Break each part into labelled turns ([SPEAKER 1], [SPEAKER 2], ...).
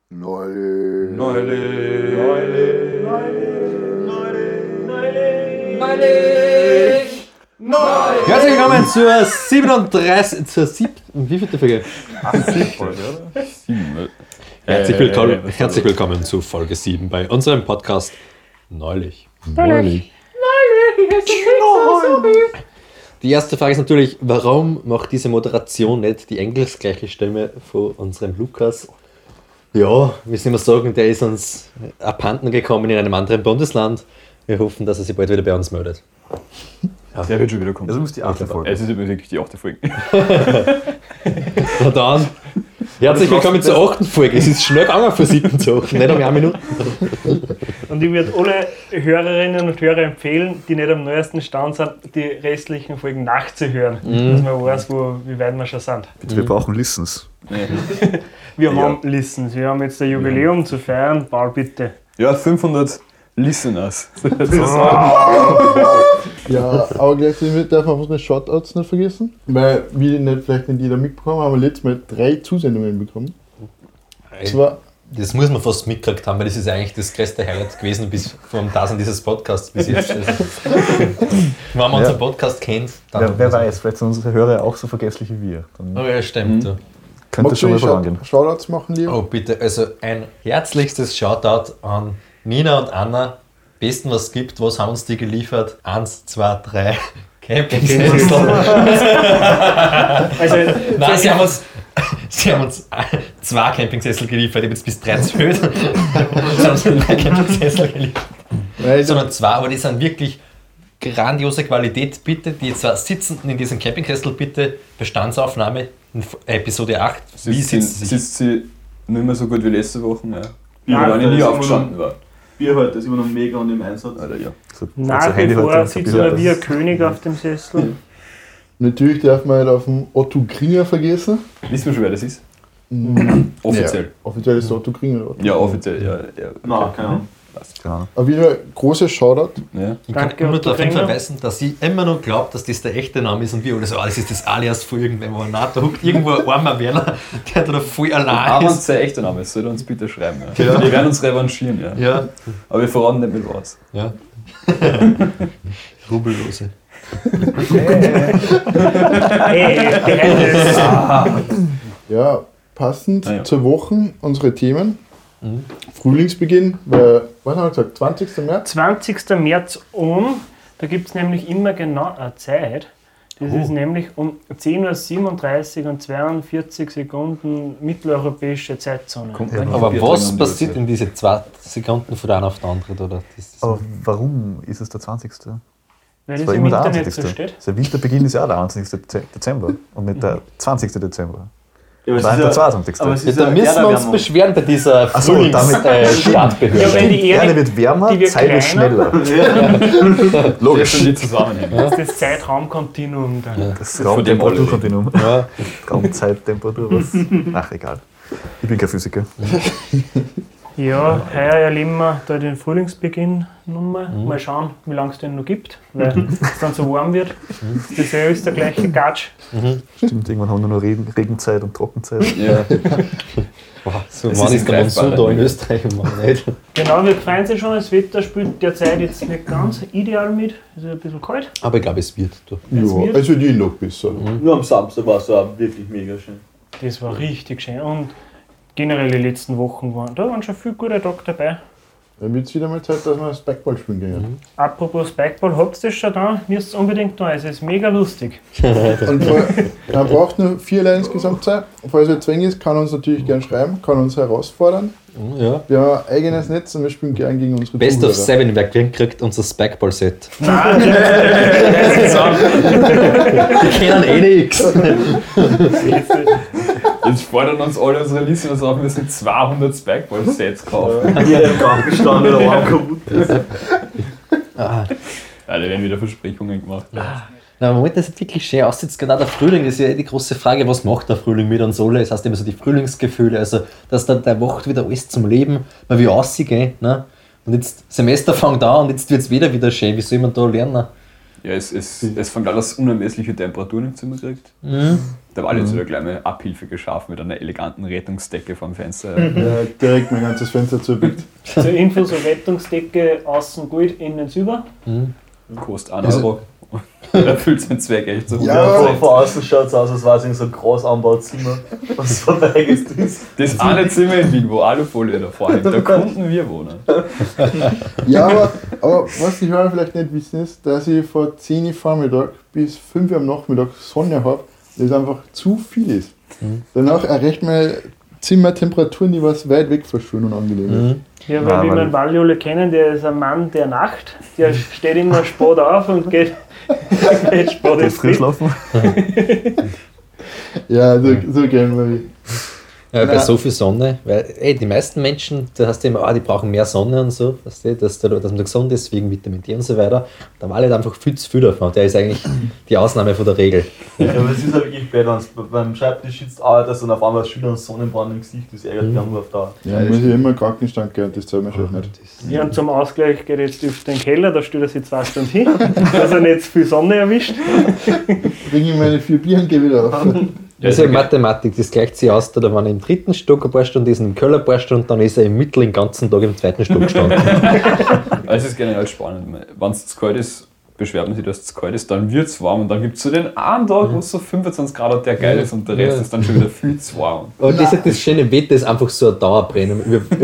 [SPEAKER 1] Neulich.
[SPEAKER 2] Herzlich willkommen zur 37. Zur 7. Wie viele Folge?
[SPEAKER 3] 7.
[SPEAKER 2] Herzlich willkommen zu Folge 7 bei unserem Podcast Neulich. Die erste Frage ist natürlich, warum macht diese Moderation nicht die engelsgleiche Stimme von unserem Lukas? Ja, wir sind immer sagen, der ist uns abhanden gekommen in einem anderen Bundesland. Wir hoffen, dass er sich bald wieder bei uns meldet.
[SPEAKER 3] Ja. Der wird schon wieder kommen.
[SPEAKER 4] Also muss die 8. Folge.
[SPEAKER 3] Es ist wirklich die 8. Folge.
[SPEAKER 2] Na dann, herzlich willkommen zur 8. Folge. Es ist schnell gegangen von 7 zu 8, nicht um 1 Minute.
[SPEAKER 5] Und ich würde alle Hörerinnen und Hörer empfehlen, die nicht am neuesten Stand sind, die restlichen Folgen nachzuhören, dass man weiß, wie weit wir schon sind.
[SPEAKER 4] Bitte, wir brauchen Listens.
[SPEAKER 5] Wir haben Listens, wir haben jetzt ein Jubiläum zu feiern. Paul, bitte.
[SPEAKER 3] Ja, 500 Listeners.
[SPEAKER 1] Ja, aber gleichzeitig darf man unsere Shoutouts nicht vergessen, weil wir nicht, vielleicht nicht jeder mitbekommen haben, aber letztes Mal 3 Zusendungen bekommen.
[SPEAKER 2] Das muss man fast mitgekriegt haben, weil das ist eigentlich das größte Highlight gewesen bis vom Dasein dieses Podcasts bis jetzt. Also, wenn man unseren Podcast kennt, dann...
[SPEAKER 4] Ja, wer weiß, vielleicht sind unsere Hörer auch so vergesslich wie wir. Dann
[SPEAKER 2] Oh ja, stimmt. Ja.
[SPEAKER 4] könnte das schon mal vorangehen.
[SPEAKER 1] Shoutouts machen, lieber?
[SPEAKER 2] Oh bitte, also ein herzlichstes Shoutout an Nina und Anna. Besten, was es gibt, was haben uns die geliefert? 1, 2, 3 Campingsessel.
[SPEAKER 5] Also,
[SPEAKER 2] Nein, sie haben uns 2 Campingsessel geliefert, ich habe jetzt bis 3 zählt. Sie haben uns 3 Campingsessel geliefert. Sondern 2, aber die sind wirklich grandiose Qualität. Bitte, die 2 Sitzenden in diesem Campingsessel, bitte Bestandsaufnahme in Episode 8. Wie sitzt sie?
[SPEAKER 3] Sitzt sie nicht mehr so gut wie letzte Woche? Ja.
[SPEAKER 6] Ja,
[SPEAKER 3] Weil ich nie aufgestanden war.
[SPEAKER 6] Bier heute, das ist immer noch mega und im Einsatz.
[SPEAKER 3] Alter, ja.
[SPEAKER 4] So,
[SPEAKER 5] nach wie vor sitzt er wie ein König auf dem Sessel.
[SPEAKER 1] Natürlich darf man nicht auf den Otto Kringer vergessen.
[SPEAKER 3] Wissen wir schon, wer das ist? Offiziell.
[SPEAKER 1] Ja, offiziell ist der Otto Kringer. Oder?
[SPEAKER 3] Ja, offiziell, ja.
[SPEAKER 6] Nein, keine Ahnung.
[SPEAKER 4] Keine Ahnung.
[SPEAKER 1] Aber wieder großes Shoutout.
[SPEAKER 3] Ja.
[SPEAKER 2] Ich kann
[SPEAKER 5] Danke,
[SPEAKER 2] immer
[SPEAKER 5] Otto
[SPEAKER 2] darauf
[SPEAKER 5] Kringer.
[SPEAKER 2] verweisen, dass ich immer noch glaube, dass das der echte Name ist und wir alle so, das ist das Alias von irgendwem. Aber nein, da huckt irgendwo ein armer Werner, der da voll allein
[SPEAKER 3] Aber wenn es
[SPEAKER 2] ist.
[SPEAKER 3] sein echter Name ist, soll er uns bitte schreiben. Ja. Wir werden uns revanchieren, ja.
[SPEAKER 2] Ja,
[SPEAKER 3] Aber wir verraten nicht mit was.
[SPEAKER 2] ja. Rubellose.
[SPEAKER 5] Hey, Geheimnis.
[SPEAKER 1] Ja, passend
[SPEAKER 3] Ah, ja.
[SPEAKER 1] zur Woche unsere Themen. Frühlingsbeginn, weil, was haben wir gesagt, 20. März?
[SPEAKER 5] 20. März da gibt es nämlich immer genau eine Zeit. Das ist nämlich um 10:37 und 42 Sekunden mitteleuropäische Zeitzone.
[SPEAKER 2] Aber
[SPEAKER 3] Wir
[SPEAKER 2] was
[SPEAKER 3] trinken
[SPEAKER 2] passiert
[SPEAKER 3] die
[SPEAKER 2] in diese 2 Sekunden von der einen auf die andere? Oder?
[SPEAKER 4] Aber warum ist es der 20.?
[SPEAKER 5] Weil
[SPEAKER 4] Das
[SPEAKER 5] das
[SPEAKER 4] war
[SPEAKER 5] im
[SPEAKER 4] immer der
[SPEAKER 5] Internet
[SPEAKER 4] 21.
[SPEAKER 5] so steht.
[SPEAKER 4] Der Winterbeginn ist ja auch der 21. Dezember und nicht der 20. Dezember.
[SPEAKER 6] Ja, aber
[SPEAKER 4] Nein, der 22.
[SPEAKER 6] aber es
[SPEAKER 2] Ja,
[SPEAKER 6] ist
[SPEAKER 2] da
[SPEAKER 6] ja
[SPEAKER 2] müssen wir uns
[SPEAKER 6] Erderwärmung.
[SPEAKER 2] beschweren bei dieser
[SPEAKER 4] Ach so, damit-
[SPEAKER 5] Ja,
[SPEAKER 2] Startbehörde.
[SPEAKER 5] wenn die
[SPEAKER 4] Die Erde
[SPEAKER 5] Erde,
[SPEAKER 4] wird wärmer,
[SPEAKER 5] die wird
[SPEAKER 4] Zeit wird
[SPEAKER 5] kleiner.
[SPEAKER 4] schneller.
[SPEAKER 3] Das
[SPEAKER 4] Logisch.
[SPEAKER 3] sind die Zusammenhänge.
[SPEAKER 5] das ist das Zeitraumkontinuum dann.
[SPEAKER 4] Das Raumtemperaturkontinuum.
[SPEAKER 2] Ja.
[SPEAKER 4] Raumzeittemperatur, was? Ach, egal. Ich bin kein Physiker.
[SPEAKER 5] Ja, heuer erleben wir da den Frühlingsbeginn nochmal. Mal schauen, wie lange es den noch gibt, weil es dann so warm wird. Das ist ja alles der gleiche Gatsch.
[SPEAKER 4] Stimmt, irgendwann haben wir nur Regenzeit und Trockenzeit.
[SPEAKER 3] Ja.
[SPEAKER 2] Boah, so
[SPEAKER 3] Das
[SPEAKER 2] wann
[SPEAKER 3] ist
[SPEAKER 2] ist der Monsun
[SPEAKER 3] greifbar,
[SPEAKER 2] da in
[SPEAKER 3] ne?
[SPEAKER 2] Österreich und wann nicht?
[SPEAKER 5] Genau, wir freuen uns schon, das Wetter spielt derzeit jetzt nicht ganz ideal mit. Es ist ein bisschen kalt.
[SPEAKER 2] Aber ich glaube, es wird. Du.
[SPEAKER 1] Ja,
[SPEAKER 5] wird-
[SPEAKER 1] also die noch besser.
[SPEAKER 6] Nur am Samstag war es auch wirklich mega schön.
[SPEAKER 5] Das war richtig schön. Und generell die letzten Wochen waren schon viele gute Tage dabei.
[SPEAKER 1] Dann wird es wieder mal Zeit, dass wir Spikeball spielen gehen.
[SPEAKER 5] Apropos Spikeball, habt ihr das schon da? Müsst ihr unbedingt da. Es ist mega lustig.
[SPEAKER 1] Und man braucht nur 4 Leute insgesamt sein. Falls er zwingend ist, kann uns natürlich gern schreiben, kann uns herausfordern.
[SPEAKER 2] Ja.
[SPEAKER 1] Wir haben ein eigenes Netz und wir spielen gern gegen unsere
[SPEAKER 2] Best of
[SPEAKER 1] Zuhörer.
[SPEAKER 2] 7, wer kriegt unser Spikeball-Set?
[SPEAKER 5] Nein,
[SPEAKER 2] Die kennen eh nichts.
[SPEAKER 3] Jetzt fordern uns alle unsere Listeners auf, wir müssen 200 Spikeball-Sets kaufen.
[SPEAKER 6] Jeder im Krankenstand oder Arm kaputt ist.
[SPEAKER 3] Ja, da werden wieder Versprechungen gemacht.
[SPEAKER 2] Na, Moment, das sieht wirklich schön aus. Jetzt genau der Frühling ist ja die große Frage, was macht der Frühling mit uns alle? Das heißt immer so die Frühlingsgefühle, also dass dann der wacht wieder alles zum Leben, weil wir aussehen, ne? Und jetzt Semester fängt an und jetzt wird es wieder schön. Wie soll man da lernen?
[SPEAKER 3] Ja, es fängt an, dass unermessliche Temperaturen im Zimmer kriegt. Da war jetzt wieder gleich mal Abhilfe geschafft mit einer eleganten Rettungsdecke vom Fenster.
[SPEAKER 1] Ja, direkt mein ganzes Fenster zubickt.
[SPEAKER 5] Zur Info, so Rettungsdecke, außen gut, innen silber.
[SPEAKER 3] Kostet 1 Euro. Erfüllt seinen Zweck echt so.
[SPEAKER 6] Ja, von außen schaut es aus, als wäre es in so ein Großanbauzimmer, was vorbeigeht ist.
[SPEAKER 3] Das eine Zimmer in Wien, wo Alufolie davor hängt, da konnten wir wohnen.
[SPEAKER 1] Ja, aber was die Hörer vielleicht nicht wissen ist, dass ich von 10 Uhr Vormittag bis 5 Uhr am Nachmittag Sonne habe, das einfach zu viel ist. Danach erreicht man Zimmertemperaturen, die was weit weg verschwunden und angenehm ist.
[SPEAKER 5] Ja, weil wie wir den Valjole kennen, der ist ein Mann der Nacht, der steht immer spät auf und geht spät ins
[SPEAKER 4] frisch
[SPEAKER 5] Bett.
[SPEAKER 4] laufen.
[SPEAKER 1] Ja, so gehen wir.
[SPEAKER 2] Ja, bei so viel Sonne, weil die meisten Menschen, da hast du immer, die brauchen mehr Sonne und so, dass man da gesund ist, wegen Vitamin D und so weiter. Da war halt einfach viel zu viel davon. Der ist eigentlich die Ausnahme von der Regel.
[SPEAKER 6] Ja, aber es ist halt wirklich blöd, wenn du beim Schreibtisch sitzt, arbeitest und auf einmal Schüler und Sonnenbrand im Gesicht, das ärgert mich auf Dauer.
[SPEAKER 1] Ja, muss ich immer Krankenstand gehen, das zahlt mir schon nicht.
[SPEAKER 5] Ja, und zum Ausgleich geht jetzt auf den Keller, da stellt er sich 2 Stunden hin, dass er nicht zu viel Sonne erwischt.
[SPEAKER 1] Bringe ich meine 4 Bier und gehe wieder auf.
[SPEAKER 2] Das ist ja Mathematik, das gleicht sich aus, da wenn er im 3. Stock ein paar Stunden ist, im Keller ein paar Stunden, dann ist er im Mittel den ganzen Tag im 2. Stock gestanden.
[SPEAKER 3] Es ist generell spannend. Wenn es zu kalt ist, beschwert man sich, dass es zu kalt ist, dann wird es warm und dann gibt es so den einen Tag, wo es so 25 Grad hat, der geil ist und der Rest ist dann schon wieder viel zu warm.
[SPEAKER 2] Aber das schöne Wetter ist einfach so ein Dauerbrenner.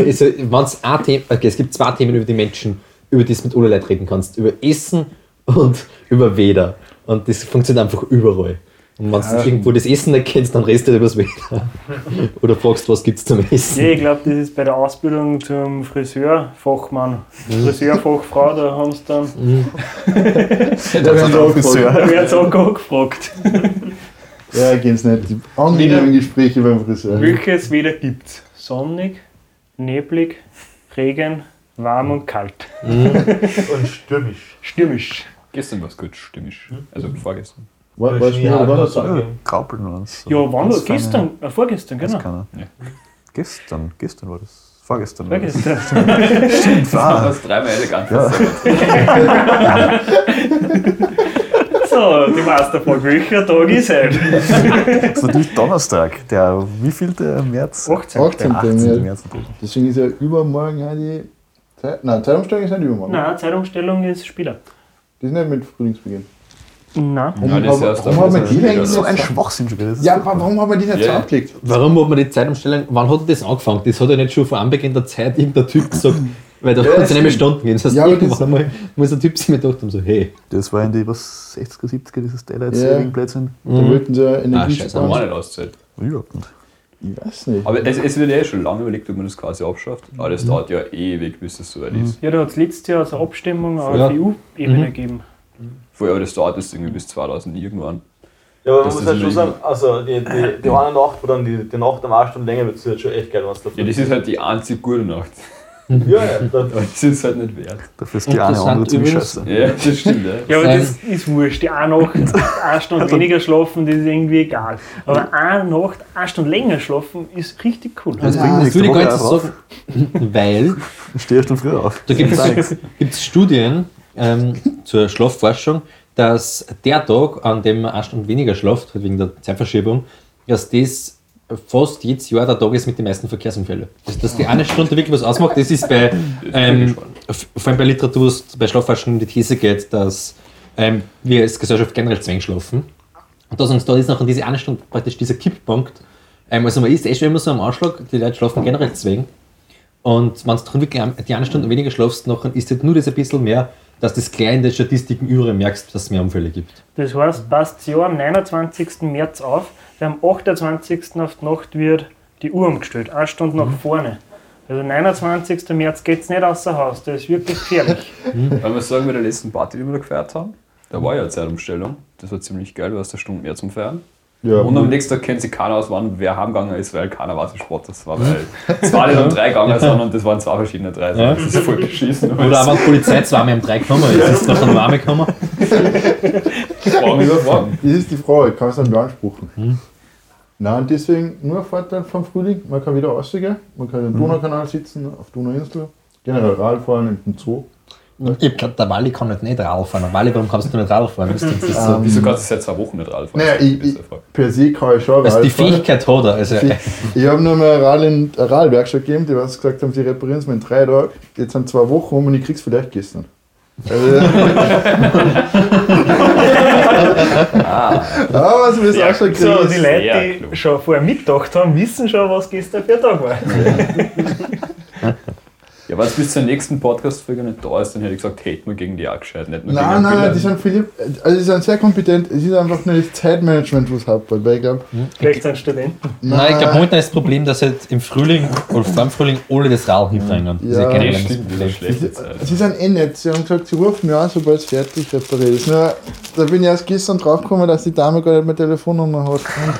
[SPEAKER 2] Es gibt 2 Themen, über die Menschen, über die du mit alle Leuten reden kannst. Über Essen und über Wetter. Und das funktioniert einfach überall. Und wenn du irgendwo das Essen nicht kennst, dann redest du über das Wetter. Oder fragst, was gibt es zum Essen.
[SPEAKER 5] Ja, ich glaube, das ist bei der Ausbildung zum Friseurfachmann, Friseurfachfrau, da haben sie dann,
[SPEAKER 1] Da werden sie auch
[SPEAKER 5] da werden sie auch angefragt.
[SPEAKER 1] Ja, geht's nicht. Die angenehmen Gespräche beim Friseur.
[SPEAKER 5] Welches Wetter gibt es? Sonnig, neblig, Regen, warm und kalt.
[SPEAKER 6] Und stürmisch.
[SPEAKER 5] Stürmisch.
[SPEAKER 3] Gestern war es gut stürmisch. Also vorgestern.
[SPEAKER 1] War Schnee oder Donnerstag?
[SPEAKER 4] Graupeln oder so.
[SPEAKER 5] Ja, wann
[SPEAKER 4] Das
[SPEAKER 5] war gestern? Vorgestern,
[SPEAKER 4] Weiß
[SPEAKER 5] genau.
[SPEAKER 4] keiner.
[SPEAKER 3] Ja.
[SPEAKER 4] Gestern war das. Vorgestern war das.
[SPEAKER 5] Vorgestern.
[SPEAKER 4] Stimmt,
[SPEAKER 3] Du
[SPEAKER 4] wahr.
[SPEAKER 3] hast 3-mal elegant
[SPEAKER 4] Ja.
[SPEAKER 5] So, die Masterfrage, welcher Tag ist heute?
[SPEAKER 4] Das ist natürlich Donnerstag, der wievielte März?
[SPEAKER 5] 18.
[SPEAKER 1] 18.
[SPEAKER 4] 18. März.
[SPEAKER 1] Deswegen ist ja übermorgen auch die Zeitumstellung ist nicht übermorgen.
[SPEAKER 5] Nein, Zeitumstellung ist später.
[SPEAKER 1] Das ist nicht mit Frühlingsbeginn.
[SPEAKER 5] Nein.
[SPEAKER 3] Ja, das ist erst
[SPEAKER 1] Warum hat man die eigentlich
[SPEAKER 4] So ein
[SPEAKER 1] nicht?
[SPEAKER 4] Schwachsinn schon wieder. Das ist
[SPEAKER 1] Ja,
[SPEAKER 4] super.
[SPEAKER 1] warum hat man die nicht so
[SPEAKER 3] Ja.
[SPEAKER 1] abgelegt?
[SPEAKER 2] Warum hat man die Zeitumstellung, wann hat das angefangen? Das hat ja nicht schon vor Anbeginn der Zeit irgendein Typ gesagt, weil da kann es ja nicht mehr Stunden gehen. Das heißt,
[SPEAKER 1] Ja, aber
[SPEAKER 2] irgendwann
[SPEAKER 1] das-
[SPEAKER 2] einmal muss der Typ sich mir gedacht haben, so, hey,
[SPEAKER 4] Das war in die 60er, 70er, dieses Daylight
[SPEAKER 1] Ja.
[SPEAKER 4] Saving Blödsinn.
[SPEAKER 1] Da wollten sie ja
[SPEAKER 2] scheiße,
[SPEAKER 3] Das
[SPEAKER 1] Energiesparen.
[SPEAKER 3] war nicht Auszeit.
[SPEAKER 4] Überhaupt nicht.
[SPEAKER 1] Ich weiß nicht.
[SPEAKER 3] Aber es wird ja schon lange überlegt, ob man das quasi abschafft. Aber das dauert ja ewig, bis das soweit ist.
[SPEAKER 5] Ja, da hat es letztes Jahr eine Abstimmung auf
[SPEAKER 2] Ja.
[SPEAKER 5] EU-Ebene gegeben.
[SPEAKER 3] Vorher, aber das dauert jetzt irgendwie bis 2000 irgendwann.
[SPEAKER 6] Ja, aber man
[SPEAKER 3] Das
[SPEAKER 6] muss
[SPEAKER 3] ist
[SPEAKER 6] halt schon
[SPEAKER 3] nicht-
[SPEAKER 6] sagen, also die eine Nacht, wo dann die Nacht am 8 Stunden länger wird, ist halt schon echt geil, wenn es dafür
[SPEAKER 3] Ja, das ist halt die einzige gute Nacht.
[SPEAKER 6] Ja, ja,
[SPEAKER 3] Aber das ist halt nicht wert.
[SPEAKER 4] Dafür ist die eine
[SPEAKER 2] Interessant
[SPEAKER 4] andere ziemlich
[SPEAKER 2] übrigens.
[SPEAKER 4] scheiße.
[SPEAKER 3] Ja, das stimmt, ja.
[SPEAKER 5] Ja, aber
[SPEAKER 2] Nein.
[SPEAKER 5] das ist wurscht. Die eine Nacht, eine Stunde weniger schlafen, das ist irgendwie egal. Aber eine Nacht, eine Stunde länger schlafen, ist richtig cool.
[SPEAKER 4] Das bringt
[SPEAKER 2] das
[SPEAKER 4] nächste
[SPEAKER 2] würde ich gar
[SPEAKER 4] Woche
[SPEAKER 2] nicht so
[SPEAKER 4] auf.
[SPEAKER 2] sagen, weil
[SPEAKER 4] Ich stehe schon früher auf.
[SPEAKER 2] da gibt es Studien zur Schlafforschung, dass der Tag, an dem man 1 Stunde weniger schlaft, halt wegen der Zeitverschiebung, dass das fast jedes Jahr der Tag ist mit den meisten Verkehrsunfällen. Dass die eine Stunde wirklich was ausmacht, das ist bei, vor allem bei Literatur, wo es bei Schlafforschung um die These geht, dass wir als Gesellschaft generell zu wenig schlafen. Und da ist noch diese eine Stunde praktisch dieser Kipppunkt. Also man ist schon immer so am Anschlag, die Leute schlafen generell zu wenig. Und wenn du wirklich die eine Stunde weniger schlafst, nachher ist halt nur das ein bisschen mehr, dass du das gleich in den Statistiken überall merkst, dass es mehr Unfälle gibt.
[SPEAKER 5] Das heißt, passt das Jahr am 29. März auf, weil am 28. auf die Nacht wird die Uhr umgestellt, 1 Stunde nach vorne. Also 29. März geht es nicht außer Haus, das ist wirklich gefährlich.
[SPEAKER 3] Weil wir sagen, bei der letzten Party, die wir da gefeiert haben, da war ja eine Zeitumstellung. Das war ziemlich geil, du hast eine Stunde mehr zum Feiern.
[SPEAKER 1] Ja,
[SPEAKER 3] Und am nächsten Tag kennt sich keiner aus, wann wer heimgegangen ist, weil keiner weiß, wie spät das war. Weil 2 Leute um 3 gegangen sind und das waren 2 verschiedene 3. Also das ist voll geschissen.
[SPEAKER 2] Oder auch wenn die Polizei zweimal um 3 gekommen ist, ist noch eine warme gekommen.
[SPEAKER 3] Fragen über Fragen.
[SPEAKER 1] das ist die Frage, kann es dann beanspruchen. Nein, und deswegen nur ein Vorteil vom Frühling, man kann wieder rausgehen, man kann im Donaukanal sitzen, auf Donauinsel, generell Radfahren in den Zoo.
[SPEAKER 2] Ich hab gedacht, der Wally kann nicht Radl fahren. Wally, warum kannst du nicht Radl fahren? Das ist so.
[SPEAKER 3] Wieso kannst du seit 2 Wochen nicht Radl fahren?
[SPEAKER 1] Naja, per se kann ich schon
[SPEAKER 2] Also die
[SPEAKER 1] Radl fahren.
[SPEAKER 2] Fähigkeit hat er. Also,
[SPEAKER 1] Ich habe nur mal eine Radlwerkstatt gegeben, die was gesagt haben, sie reparieren es mir in 3 Tagen. Jetzt sind 2 Wochen um und ich krieg's vielleicht gestern. Also, aber was wir auch schon
[SPEAKER 5] So,
[SPEAKER 1] gekriegt.
[SPEAKER 5] die Leute, die schon vorher mitgedacht haben, wissen schon, was gestern für ein Tag war.
[SPEAKER 3] Ja, wenn es bis zur nächsten Podcast-Folge nicht da ist, dann hätte ich gesagt, hätten wir gegen die auch gescheit. Nicht nur
[SPEAKER 1] Nein,
[SPEAKER 3] gegen
[SPEAKER 1] nein,
[SPEAKER 3] Bill.
[SPEAKER 1] die sind viel, also die sind sehr kompetent. Es ist einfach nur das Zeitmanagement, was hauptbart, weil ich glaube,
[SPEAKER 5] Vielleicht sind Studenten.
[SPEAKER 2] nein, ich glaube, momentan ist das Problem, dass halt im Frühling oder vor dem Frühling alle das Radl hinbringen. Das ist
[SPEAKER 1] Ja,
[SPEAKER 2] generell
[SPEAKER 3] das
[SPEAKER 2] das
[SPEAKER 3] stimmt,
[SPEAKER 2] Problem.
[SPEAKER 3] das schlechte Zeit.
[SPEAKER 1] sie sind eh nett. Sie haben gesagt, sie rufen mich an, sobald es fertig repariert ist. Nur, da bin ich erst gestern draufgekommen, dass die Dame gar nicht meine Telefonnummer hat.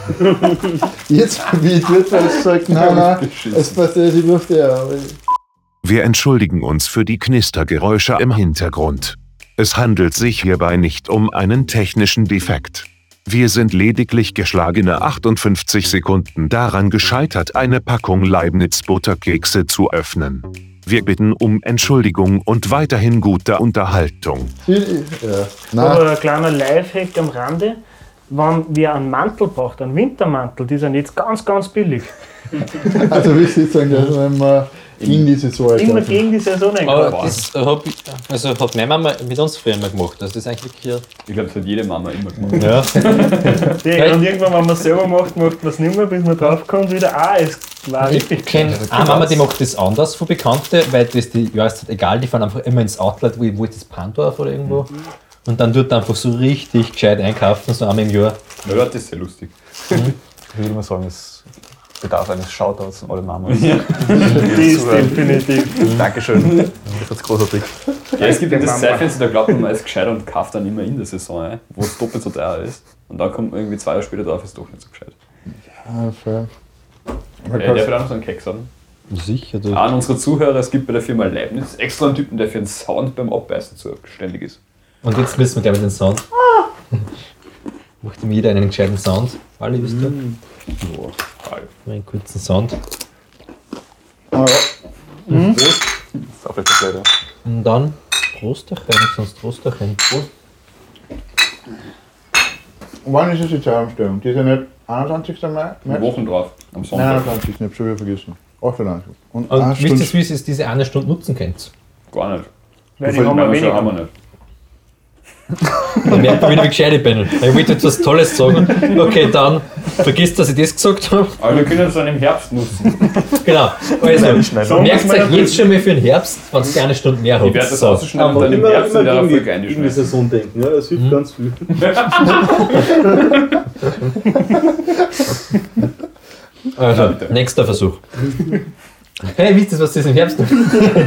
[SPEAKER 1] Jetzt, wie ich wird, weil ich gesagt, nein, es passiert, sie ruft ja.
[SPEAKER 7] Wir entschuldigen uns für die Knistergeräusche im Hintergrund. Es handelt sich hierbei nicht um einen technischen Defekt. Wir sind lediglich geschlagene 58 Sekunden daran gescheitert, eine Packung Leibniz-Butterkekse zu öffnen. Wir bitten um Entschuldigung und weiterhin gute Unterhaltung.
[SPEAKER 1] Ja. Nein,
[SPEAKER 5] Aber ein kleiner Lifehack am Rande, wenn wer einen Mantel braucht, einen Wintermantel, die sind jetzt ganz, ganz billig.
[SPEAKER 1] also wie Sie sagen, dass wenn man in die Saison
[SPEAKER 5] Immer
[SPEAKER 1] einkaufen.
[SPEAKER 5] gegen die Saison
[SPEAKER 2] Aber
[SPEAKER 5] einkaufen.
[SPEAKER 2] das hat meine Mama mit uns früher immer gemacht. Also das ist eigentlich wirklich.
[SPEAKER 3] Ich glaube, das hat jede Mama immer gemacht.
[SPEAKER 2] Ja.
[SPEAKER 5] Und irgendwann, wenn man es selber macht, macht man es nicht mehr, bis man draufkommt, wieder, es war
[SPEAKER 2] Ich
[SPEAKER 5] richtig
[SPEAKER 2] kenne eine Mama, die macht das anders von Bekannten, weil das die Jahreszeit egal, die fahren einfach immer ins Outlet, wo ist das Pandorf oder irgendwo. Und dann tut einfach so richtig gescheit einkaufen, so einmal im Jahr.
[SPEAKER 3] Ja, das ist sehr lustig.
[SPEAKER 4] Ich würde mal sagen, es bedarf eines Shoutouts an alle Mamas.
[SPEAKER 5] Die ist definitiv.
[SPEAKER 4] Dankeschön. Das ist großartig.
[SPEAKER 3] Ja, es gibt ja das
[SPEAKER 5] Mama.
[SPEAKER 3] Zeitfenster, da glaubt man, man ist gescheiter und kauft dann immer in der Saison ein, wo es doppelt so teuer ist. Und dann kommt man irgendwie 2 Jahre später drauf, ist doch nicht so gescheit.
[SPEAKER 1] Ah, fair. Man
[SPEAKER 3] Der
[SPEAKER 1] kann-
[SPEAKER 3] wird auch noch so einen Keks haben.
[SPEAKER 2] Sicher, du.
[SPEAKER 3] An unsere Zuhörer, es gibt bei der Firma Leibniz extra einen Typen, der für den Sound beim Abbeißen zuständig ist.
[SPEAKER 2] Und jetzt müssen wir gleich mit dem Sound. Macht ihm jeder einen gescheiten Sound. Alle wisst ihr?
[SPEAKER 3] Geil.
[SPEAKER 2] Einen kurzen Sound.
[SPEAKER 1] Ah, ja.
[SPEAKER 4] Das ist auch vielleicht leider.
[SPEAKER 2] Und dann Prosterchen, sonst Prosterchen.
[SPEAKER 1] Wann ist es die Zeitumstellung? Die ist ja nicht 21. Mai?
[SPEAKER 3] Wochen drauf, am Sonntag.
[SPEAKER 1] 29. Ich hab schon wieder vergessen. 98. Und
[SPEAKER 2] Und
[SPEAKER 1] eine
[SPEAKER 2] wisst
[SPEAKER 1] Stunde.
[SPEAKER 2] ihr, wie ihr diese eine Stunde nutzen könnt?
[SPEAKER 3] Gar nicht.
[SPEAKER 5] Weil die
[SPEAKER 3] Voll
[SPEAKER 5] haben wir
[SPEAKER 3] Männer schon haben
[SPEAKER 5] weniger.
[SPEAKER 3] wir nicht.
[SPEAKER 2] Dann merkt man wieder, wie gescheit ich bin. Ich wollte jetzt was Tolles sagen. Okay, dann vergisst, dass ich das gesagt habe.
[SPEAKER 3] Aber wir können es dann im Herbst nutzen.
[SPEAKER 2] Genau. Also,
[SPEAKER 5] So
[SPEAKER 2] merkt
[SPEAKER 5] muss man
[SPEAKER 2] euch jetzt schon mal für den Herbst, wenn es eine Stunde mehr
[SPEAKER 3] Ich
[SPEAKER 2] habt.
[SPEAKER 3] werde das
[SPEAKER 2] So.
[SPEAKER 3] ausschneiden und dann im
[SPEAKER 6] Immer,
[SPEAKER 3] Herbst
[SPEAKER 6] immer
[SPEAKER 3] in der
[SPEAKER 6] gegen,
[SPEAKER 3] Folge
[SPEAKER 6] gegen die
[SPEAKER 3] einschneiden.
[SPEAKER 6] Saison denken, ja, das hilft ganz viel.
[SPEAKER 2] Also, nächster Versuch. Hey, wisst ihr, was das im Herbst ist?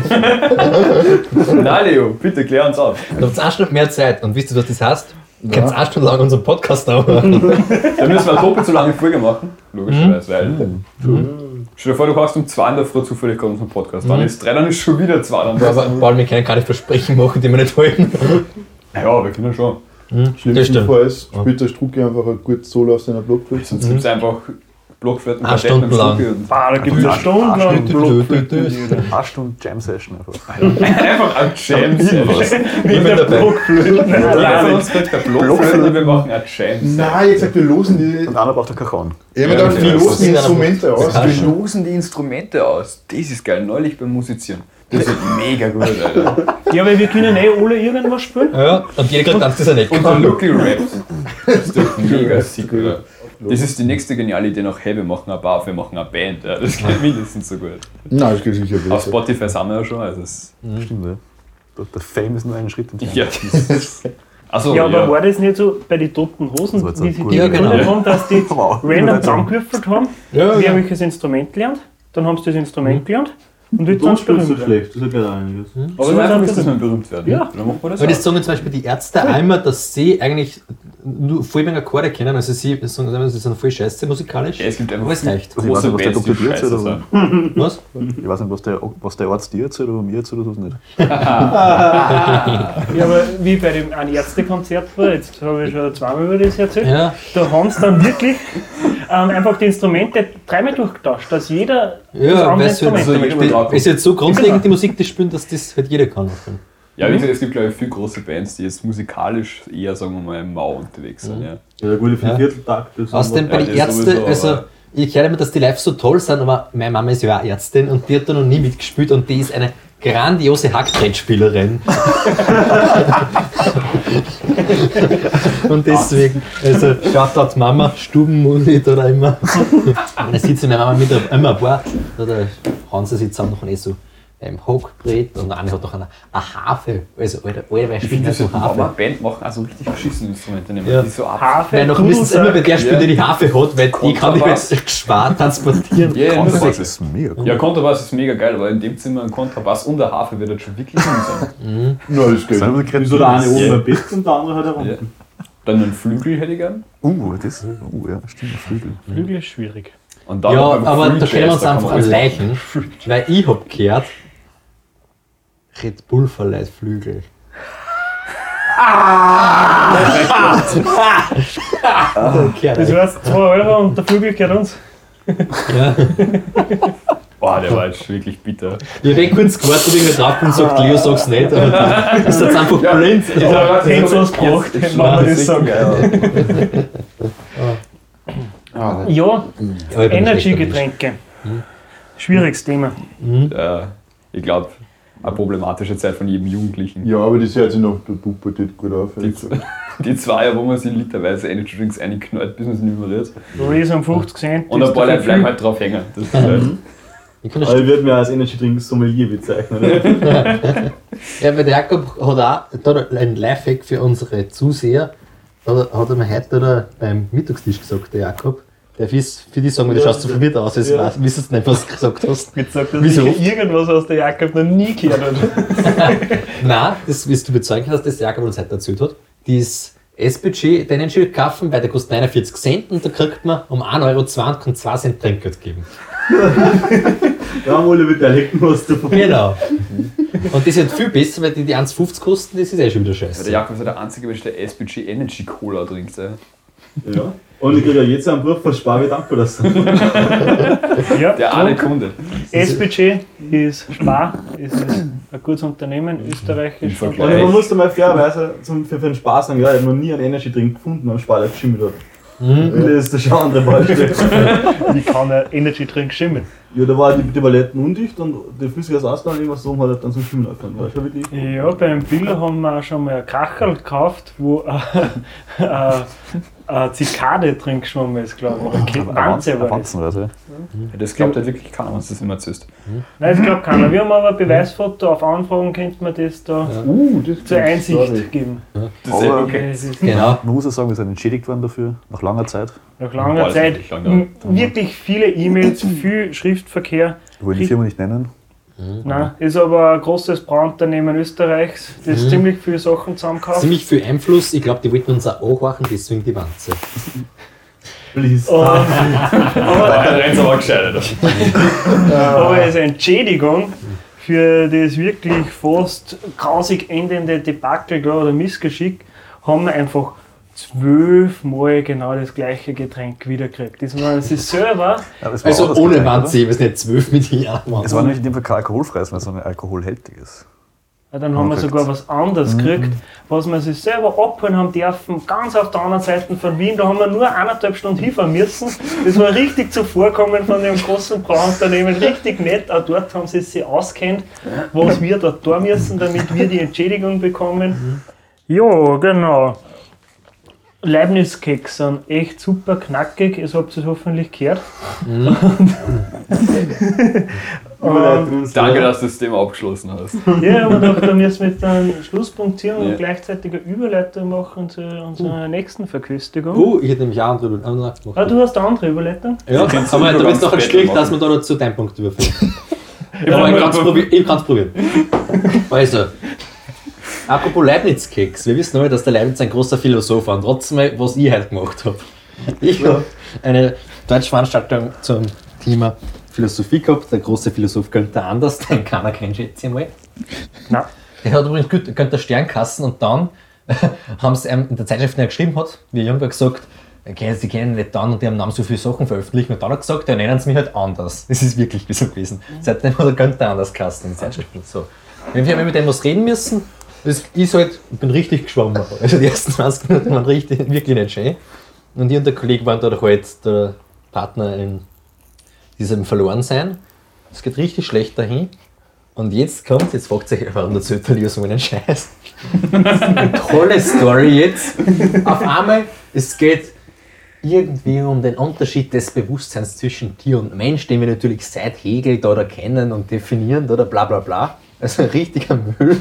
[SPEAKER 3] Nein, Leo, bitte klär uns auf.
[SPEAKER 2] Da habt ihr eine Stunde mehr Zeit. Und wisst ihr, was das heißt? Ihr könnt eine Stunde lang unseren Podcast anhören.
[SPEAKER 3] Dann müssen wir eine doppelt so lange Folge machen. Logischerweise, weil. Stell dir vor, du hast um 2 in der Früh zufällig gerade unseren Podcast. Dann ist 3, dann ist schon wieder 2. Dann
[SPEAKER 2] Aber vor allem, wir können keine Versprechen machen, die wir nicht halten.
[SPEAKER 3] ja, wir können schon.
[SPEAKER 2] Das
[SPEAKER 1] Schlimmsten
[SPEAKER 2] stimmt.
[SPEAKER 1] Fall ist, spielt der Strucki einfach ein gutes Solo auf seiner Blockflöte.
[SPEAKER 3] Sonst gibt es einfach Blockflöten,
[SPEAKER 2] Eine
[SPEAKER 3] Quartetten
[SPEAKER 2] Stunde lang.
[SPEAKER 3] Strucki und
[SPEAKER 5] Da gibt es eine Stunde lang Blockflöte.
[SPEAKER 4] Eine Stunde Jam-Session einfach.
[SPEAKER 3] einfach ein Jam.
[SPEAKER 2] Ich bin dabei.
[SPEAKER 3] Jeder von uns kriegt eine Blockflöte und wir machen ein Jam.
[SPEAKER 1] Nein, ich gesagt, wir losen die.
[SPEAKER 4] Und einer braucht einen Cajon.
[SPEAKER 1] Ich hab mir gedacht, wir
[SPEAKER 3] ja,
[SPEAKER 1] losen
[SPEAKER 2] das
[SPEAKER 1] die
[SPEAKER 2] ist
[SPEAKER 1] Instrumente aus.
[SPEAKER 2] Ja,
[SPEAKER 3] Wir losen die Instrumente aus. Das ist geil. Neulich beim Musizieren. Das ist mega gut, Alter.
[SPEAKER 5] Ja, weil wir können alle irgendwas spielen.
[SPEAKER 2] Ja, und jeder kriegt ganz dieser nicht.
[SPEAKER 3] Und der Lucky Raps. Das ist doch mega sick, oder? Das ist die nächste geniale Idee nach, hey, wir machen eine Bar, wir machen eine Band. Ja, das geht mindestens so gut.
[SPEAKER 1] Nein, das geht sicher
[SPEAKER 3] Auf
[SPEAKER 1] besser.
[SPEAKER 3] Spotify sind wir ja schon. Also
[SPEAKER 4] Stimmt, ja. Der Fame ist nur einen Schritt entfernt.
[SPEAKER 3] ja, Achso,
[SPEAKER 5] Ja, aber war das nicht so bei den Toten Hosen,
[SPEAKER 4] So, jetzt
[SPEAKER 5] wie
[SPEAKER 4] ein
[SPEAKER 5] sie
[SPEAKER 4] guter-
[SPEAKER 5] die
[SPEAKER 2] Ja, genau.
[SPEAKER 5] gegründet haben, dass die
[SPEAKER 4] Wow.
[SPEAKER 5] random zusammengewürfelt haben,
[SPEAKER 2] Ja,
[SPEAKER 5] wer
[SPEAKER 2] ja.
[SPEAKER 5] welches Instrument lernt, dann haben sie das Instrument gelernt und jetzt
[SPEAKER 6] Du
[SPEAKER 5] sind sie
[SPEAKER 6] spielst so
[SPEAKER 5] berühmt.
[SPEAKER 6] schlecht, das erklärt einiges.
[SPEAKER 3] aber
[SPEAKER 5] So
[SPEAKER 3] so einfach
[SPEAKER 5] sind
[SPEAKER 3] ist,
[SPEAKER 5] wir
[SPEAKER 3] dass wir berühmt werden.
[SPEAKER 5] Ja.
[SPEAKER 3] Dann machen wir das
[SPEAKER 2] Aber das
[SPEAKER 3] auch.
[SPEAKER 2] sagen zum Beispiel die Ärzte einmal, dass sie eigentlich nur voll wenig Akkorde kennen. Also sie sagen, sie sind voll scheiße musikalisch.
[SPEAKER 3] Ja, es gibt einfach
[SPEAKER 2] Aber es reicht.
[SPEAKER 4] Also ich weiß
[SPEAKER 3] große
[SPEAKER 4] nicht, was der
[SPEAKER 3] Bands, die
[SPEAKER 4] Dr. Bier
[SPEAKER 3] scheiße
[SPEAKER 4] erzählt,
[SPEAKER 3] sind.
[SPEAKER 2] Was?
[SPEAKER 4] Ich weiß nicht, was der Arzt dir erzählt oder mir erzählt oder was nicht.
[SPEAKER 5] Ja, aber wie bei dem ein Ärztekonzert war, jetzt habe ich schon zweimal über das erzählt,
[SPEAKER 2] Ja.
[SPEAKER 5] da haben sie dann wirklich einfach die Instrumente dreimal durchgetauscht, dass jeder das
[SPEAKER 2] Ja,
[SPEAKER 5] andere
[SPEAKER 2] weil es halt
[SPEAKER 5] Instrument
[SPEAKER 3] so
[SPEAKER 5] damit
[SPEAKER 3] jeder
[SPEAKER 5] spielt.
[SPEAKER 3] drauf-
[SPEAKER 2] ist jetzt so grundlegend die Musik, die spielen, dass das halt jeder kann.
[SPEAKER 3] Ja, wie gesagt, es gibt, glaube ich, viele große Bands, die jetzt musikalisch eher, sagen wir mal, mau unterwegs sind. Ja.
[SPEAKER 6] Ja, gut, für Vierteltakt.
[SPEAKER 2] Außerdem bei den Ärzten, also ich höre immer, dass die live so toll sind, aber meine Mama ist ja auch Ärztin und die hat da noch nie mitgespielt und die ist eine grandiose Hackbrettspielerin. Und deswegen, also Shoutout Mama, Stubenmusik oder immer. Und dann sitzt meine Mama mit immer ein paar, oder hauen sie sich zusammen noch so Hackbrett und eine hat noch eine Harfe. Also, Alter, wer spielt nicht so Harfe?
[SPEAKER 3] Aber Band machen also richtig beschissene Instrumente, nehmen
[SPEAKER 2] Ja.
[SPEAKER 3] die so ab.
[SPEAKER 5] Harfe,
[SPEAKER 2] Weil noch müssen sie immer bei der spielen, der die Harfe hat, weil die kann die
[SPEAKER 3] Kontrabass.
[SPEAKER 2] jetzt schwer transportieren.
[SPEAKER 3] Ja, ja,
[SPEAKER 4] Das ist mega cool.
[SPEAKER 3] ja, Kontrabass ist mega geil, aber in dem Zimmer ein Kontrabass und der Harfe wird das schon wirklich schön sein.
[SPEAKER 1] Ja, das geht.
[SPEAKER 4] Sind wir kreativ?
[SPEAKER 6] Wieso der eine oben
[SPEAKER 3] Ja.
[SPEAKER 6] am Bett und der andere hat er
[SPEAKER 3] Ja.
[SPEAKER 6] unten.
[SPEAKER 3] Dann einen Flügel hätte ich gern.
[SPEAKER 4] Ja, stimmt, Flügel.
[SPEAKER 5] Flügel ist schwierig.
[SPEAKER 3] Und dann
[SPEAKER 2] Ja,
[SPEAKER 3] noch beim
[SPEAKER 2] aber
[SPEAKER 3] Free
[SPEAKER 2] da
[SPEAKER 3] Jazz,
[SPEAKER 2] können wir uns
[SPEAKER 3] da kann
[SPEAKER 2] einfach
[SPEAKER 3] man alles
[SPEAKER 2] anleichen, weil ich hab gehört, Red Bull verleiht Flügel.
[SPEAKER 5] Das heißt 2 Euro und der Flügel gehört uns.
[SPEAKER 2] Ja.
[SPEAKER 3] Boah, der war jetzt wirklich bitter.
[SPEAKER 2] Ich hab kurz gewartet, wie ich drauf bin und sagt, Leo, sag's nicht, aber du bist jetzt einfach blind.
[SPEAKER 5] Hätt's was gebracht, wenn man das sagen. Ja, Energy-Getränke. Schwieriges Thema.
[SPEAKER 3] Ich glaube, eine problematische Zeit von jedem Jugendlichen.
[SPEAKER 1] Ja, aber das hört sich nach der Pubertät gut auf.
[SPEAKER 3] Die 2 Jahre, wo man sich literweise Energy Drinks reinknallt, bis man sie nicht mehr rührt.
[SPEAKER 5] Reese um 50 Cent.
[SPEAKER 3] Und ein paar Leute bleiben halt drauf hängen. Das ist halt
[SPEAKER 2] Ich kann
[SPEAKER 6] Aber ich würde mir als Energy Drink Sommelier bezeichnen. Oder?
[SPEAKER 2] Ja, weil der Jakob hat auch da ein Lifehack für unsere Zuseher. Da hat er mir heute oder beim Mittagstisch gesagt, der Jakob. Der für die sagen wir, du schaust so verwirrt aus, als wissest nicht, was du gesagt hast.
[SPEAKER 5] Jetzt sagt er
[SPEAKER 2] Wieso?
[SPEAKER 5] sicher irgendwas, was der Jakob noch nie gehört hat.
[SPEAKER 2] Nein, das wirst du bezeugen, dass das der Jakob uns heute erzählt hat. Das SBG, den Energy kaufen, weil der kostet 49 Cent und da kriegt man um 1,02 Euro und kann 2 Cent Trinkgeld geben.
[SPEAKER 6] Ja, Ole mit der Lecken hast du
[SPEAKER 2] Genau. Und das ist halt viel besser, weil die 1,50 kosten, das ist eh schon wieder
[SPEAKER 3] der
[SPEAKER 2] scheiße.
[SPEAKER 3] Jakob ist der einzige Mensch, der SBG Energy Cola trinkt.
[SPEAKER 6] Ja. Und ich kriege ja jetzt einen Brief von Sparwe Dank oder so.
[SPEAKER 5] Ja,
[SPEAKER 3] Der eine Kunde.
[SPEAKER 5] SBG ist Spar, ist ein gutes Unternehmen, österreichisch.
[SPEAKER 3] Im Vergleich.
[SPEAKER 6] Und man muss da mal fairerweise für den Spaß sagen, ja, ich habe noch nie einen Energy Drink gefunden am Spar, der geschimmelt hat. Das ist der schon andere Baustelle.
[SPEAKER 5] Wie kann ein Energy Drink schimmeln?
[SPEAKER 6] Ja, da war die Paletten undicht und die flüssige Ausgang irgendwas so hat er dann so Schimmel angefangen. War schon wirklich.
[SPEAKER 5] Ja, beim Biller haben wir auch schon mal ein Kacherl gekauft, wo eine Zikade drin geschwommen ist, glaube ich. Oder Wanze war das.
[SPEAKER 4] oder so.
[SPEAKER 3] Das glaubt halt wirklich keiner, wenn du das immer erzählst.
[SPEAKER 5] Nein, das glaubt keiner. Wir haben aber ein Beweisfoto, auf Anfragen könnte man das da
[SPEAKER 6] Das
[SPEAKER 5] zur Einsicht geben.
[SPEAKER 3] Das ist okay.
[SPEAKER 5] Das ist
[SPEAKER 2] Genau.
[SPEAKER 4] Man muss ja sagen, wir sind entschädigt worden dafür, nach langer Zeit.
[SPEAKER 5] nach langer
[SPEAKER 3] das
[SPEAKER 5] Zeit
[SPEAKER 3] wirklich lang, ja.
[SPEAKER 5] wirklich viele E-Mails, viel Schriftverkehr.
[SPEAKER 4] Wir wollen die Firma nicht nennen.
[SPEAKER 5] Nein, ist aber ein großes Brauunternehmen Österreichs, das ziemlich viele Sachen zusammenkauft.
[SPEAKER 2] Ziemlich viel Einfluss, ich glaube, die wollten uns auch anhorchen, deswegen die Wanze.
[SPEAKER 6] Please.
[SPEAKER 3] Da rennt es aber gescheitert.
[SPEAKER 5] Aber als Entschädigung für das wirklich fast grausig endende Debakel da oder Missgeschick haben wir einfach 12 Mal genau das gleiche Getränk wiedergekriegt. Das war sie selber.
[SPEAKER 4] Ja, das war
[SPEAKER 2] Also
[SPEAKER 4] auch das
[SPEAKER 2] ohne
[SPEAKER 4] Getränk,
[SPEAKER 2] Wanze, ich weiß nicht, 12 mit Jahren.
[SPEAKER 4] Es war nämlich in dem Fall kein alkoholfreies, sondern alkoholhältiges.
[SPEAKER 5] Ja, dann haben wir
[SPEAKER 4] gekriegt.
[SPEAKER 5] sogar was anderes gekriegt, was wir sich selber abholen haben dürfen, ganz auf der anderen Seite von Wien. Da haben wir nur 1,5 Stunden hinfahren müssen. Das war richtig zuvorkommen von dem großen Brauunternehmen, richtig nett. Auch dort haben sie sich auskennt, was wir dort tun müssen, damit wir die Entschädigung bekommen. Ja, genau. Leibniz-Keks sind echt super knackig, ihr habt es hoffentlich gehört.
[SPEAKER 3] Danke, dass du das Thema abgeschlossen hast.
[SPEAKER 5] Ja, aber doch, da müssen wir jetzt einen Schlusspunkt ziehen und
[SPEAKER 3] Ja.
[SPEAKER 5] gleichzeitig eine Überleitung machen zu unserer nächsten Verköstigung.
[SPEAKER 2] Oh, ich hätte nämlich auch andere gemacht.
[SPEAKER 5] Ah, du hast eine andere Überleitung?
[SPEAKER 2] Ja, aber
[SPEAKER 3] kannst du
[SPEAKER 2] da
[SPEAKER 3] nur
[SPEAKER 2] wird es
[SPEAKER 3] ganz
[SPEAKER 2] noch
[SPEAKER 3] später
[SPEAKER 2] schwierig,
[SPEAKER 3] machen.
[SPEAKER 2] dass wir da noch zu deinem Punkt überführen. Aber ich kann es probieren. Also, apropos Leibniz-Keks. Wir wissen alle, dass der Leibniz ein großer Philosoph war und trotzdem, was ich heute gemacht habe. Ich habe eine Deutschveranstaltung zum Thema Philosophie gehabt. Der große Philosoph Günther Anders, den keiner kennt, schätze ich mal.
[SPEAKER 5] Nein.
[SPEAKER 2] Der hat übrigens Günther Sternkassen und dann haben sie ihm in der Zeitschrift, die er geschrieben hat, wie er jung war, gesagt, okay, sie kennen ihn nicht dann und die haben so viele Sachen veröffentlicht und dann hat er gesagt, ja, nennen sie mich halt anders. Das ist wirklich so gewesen. Seitdem hat er Günther Anders Kassen in der Zeitschrift und so. Wir haben mit dem was reden müssen Das ist halt, ich bin richtig geschwommen. Also die ersten 20 Minuten waren wirklich nicht schön. Und ich und der Kollege waren da halt der Partner in diesem Verlorensein. Es geht richtig schlecht dahin. Und jetzt fragt ihr euch, warum erzählt der so einen Scheiß? Das ist eine tolle Story jetzt. Auf einmal, es geht irgendwie um den Unterschied des Bewusstseins zwischen Tier und Mensch, den wir natürlich seit Hegel da kennen und definieren, oder bla bla bla. Also ein richtiger Müll.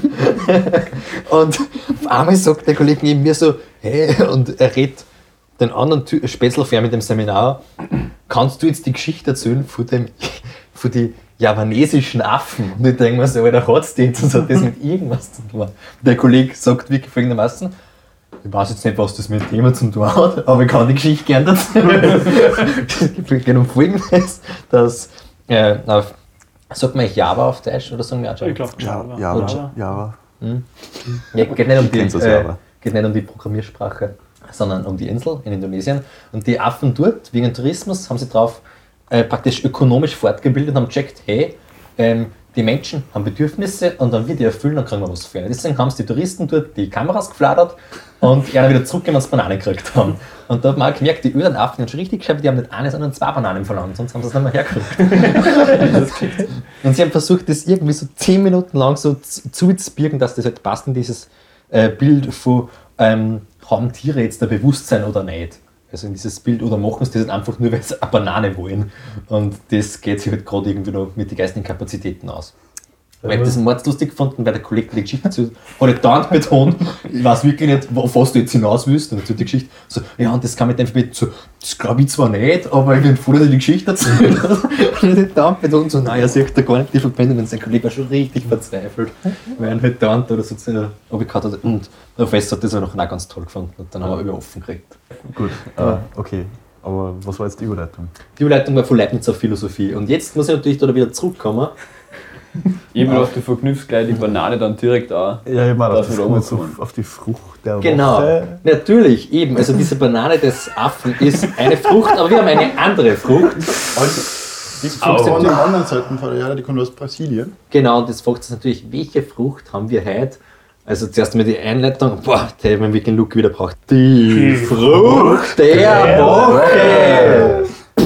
[SPEAKER 2] Und auf einmal sagt der Kollege neben mir so, hey, und er redet den anderen Spätzlefern mit dem Seminar, kannst du jetzt die Geschichte erzählen von den javanesischen Affen? Und ich denke mir so, Alter, hat's das hat das mit irgendwas zu tun? Der Kollege sagt wirklich folgendermaßen, ich weiß jetzt nicht, was das mit dem Thema zu tun hat, aber ich kann die Geschichte gerne erzählen. Es geht um Folgendes, dass, sagt man Java auf Deutsch oder sagen wir auch Java?
[SPEAKER 5] Ich glaube Java.
[SPEAKER 4] Java.
[SPEAKER 2] Ja, geht nicht um die Programmiersprache, sondern um die Insel in Indonesien. Und die Affen dort, wegen Tourismus, haben sie drauf praktisch ökonomisch fortgebildet und haben gecheckt, hey, die Menschen haben Bedürfnisse und wenn wir die erfüllen, dann kriegen wir was für. Deswegen haben sie die Touristen dort die Kameras geflattert und dann wieder zurückgehen, wenn sie Bananen gekriegt haben. Und da hat man auch gemerkt, die öden Affen haben schon richtig geschafft, die haben nicht eine, sondern 2 Bananen verlangt, sonst haben sie es nicht mehr hergekriegt. Und sie haben versucht, das irgendwie so 10 Minuten lang so zuzubirgen, dass das halt passt in dieses Bild von haben Tiere jetzt ein Bewusstsein oder nicht. Also in dieses Bild, oder machen sie das halt einfach nur, weil sie eine Banane wollen. Und das geht sich halt gerade irgendwie noch mit den geistigen Kapazitäten aus. Ich habe das mordslustig gefunden, weil der Kollege die Geschichte erzählt hat, halt dauernd betont, ich weiß wirklich nicht, auf was du jetzt hinaus willst. Und erzählt die Geschichte so, ja, und das kann mit dem verbinden. So, das glaube ich zwar nicht, aber ich bin froh, dass er die Geschichte erzählt hat. Und ich dauernd betont so, naja, sieht da gar nicht die Verbindung. Und sein Kollege war schon richtig verzweifelt, weil er halt dauernd oder so abgekaut hat. Und der Professor hat das auch noch ganz toll gefunden. Und dann haben wir über offen gekriegt.
[SPEAKER 4] Gut, okay. Aber was war jetzt die Überleitung?
[SPEAKER 2] Die Überleitung war von Leibniz auf Philosophie. Und jetzt muss ich natürlich da wieder zurückkommen.
[SPEAKER 3] Ich habe du verknüpfst gleich die Banane dann direkt auch.
[SPEAKER 4] Ja, ich meine,
[SPEAKER 3] Das wird auch
[SPEAKER 4] auf die Frucht der
[SPEAKER 2] Genau,
[SPEAKER 4] Woche.
[SPEAKER 2] natürlich, eben. Also diese Banane des Affen ist eine Frucht, aber wir haben eine andere Frucht.
[SPEAKER 1] Die Frucht von den anderen Seiten von der Erde, die kommt aus Brasilien.
[SPEAKER 2] Genau, und jetzt fragt sich natürlich, welche Frucht haben wir heute? Also zuerst mal die Einleitung, boah, der hat wirklich einen Look wieder braucht. Die Frucht der Woche!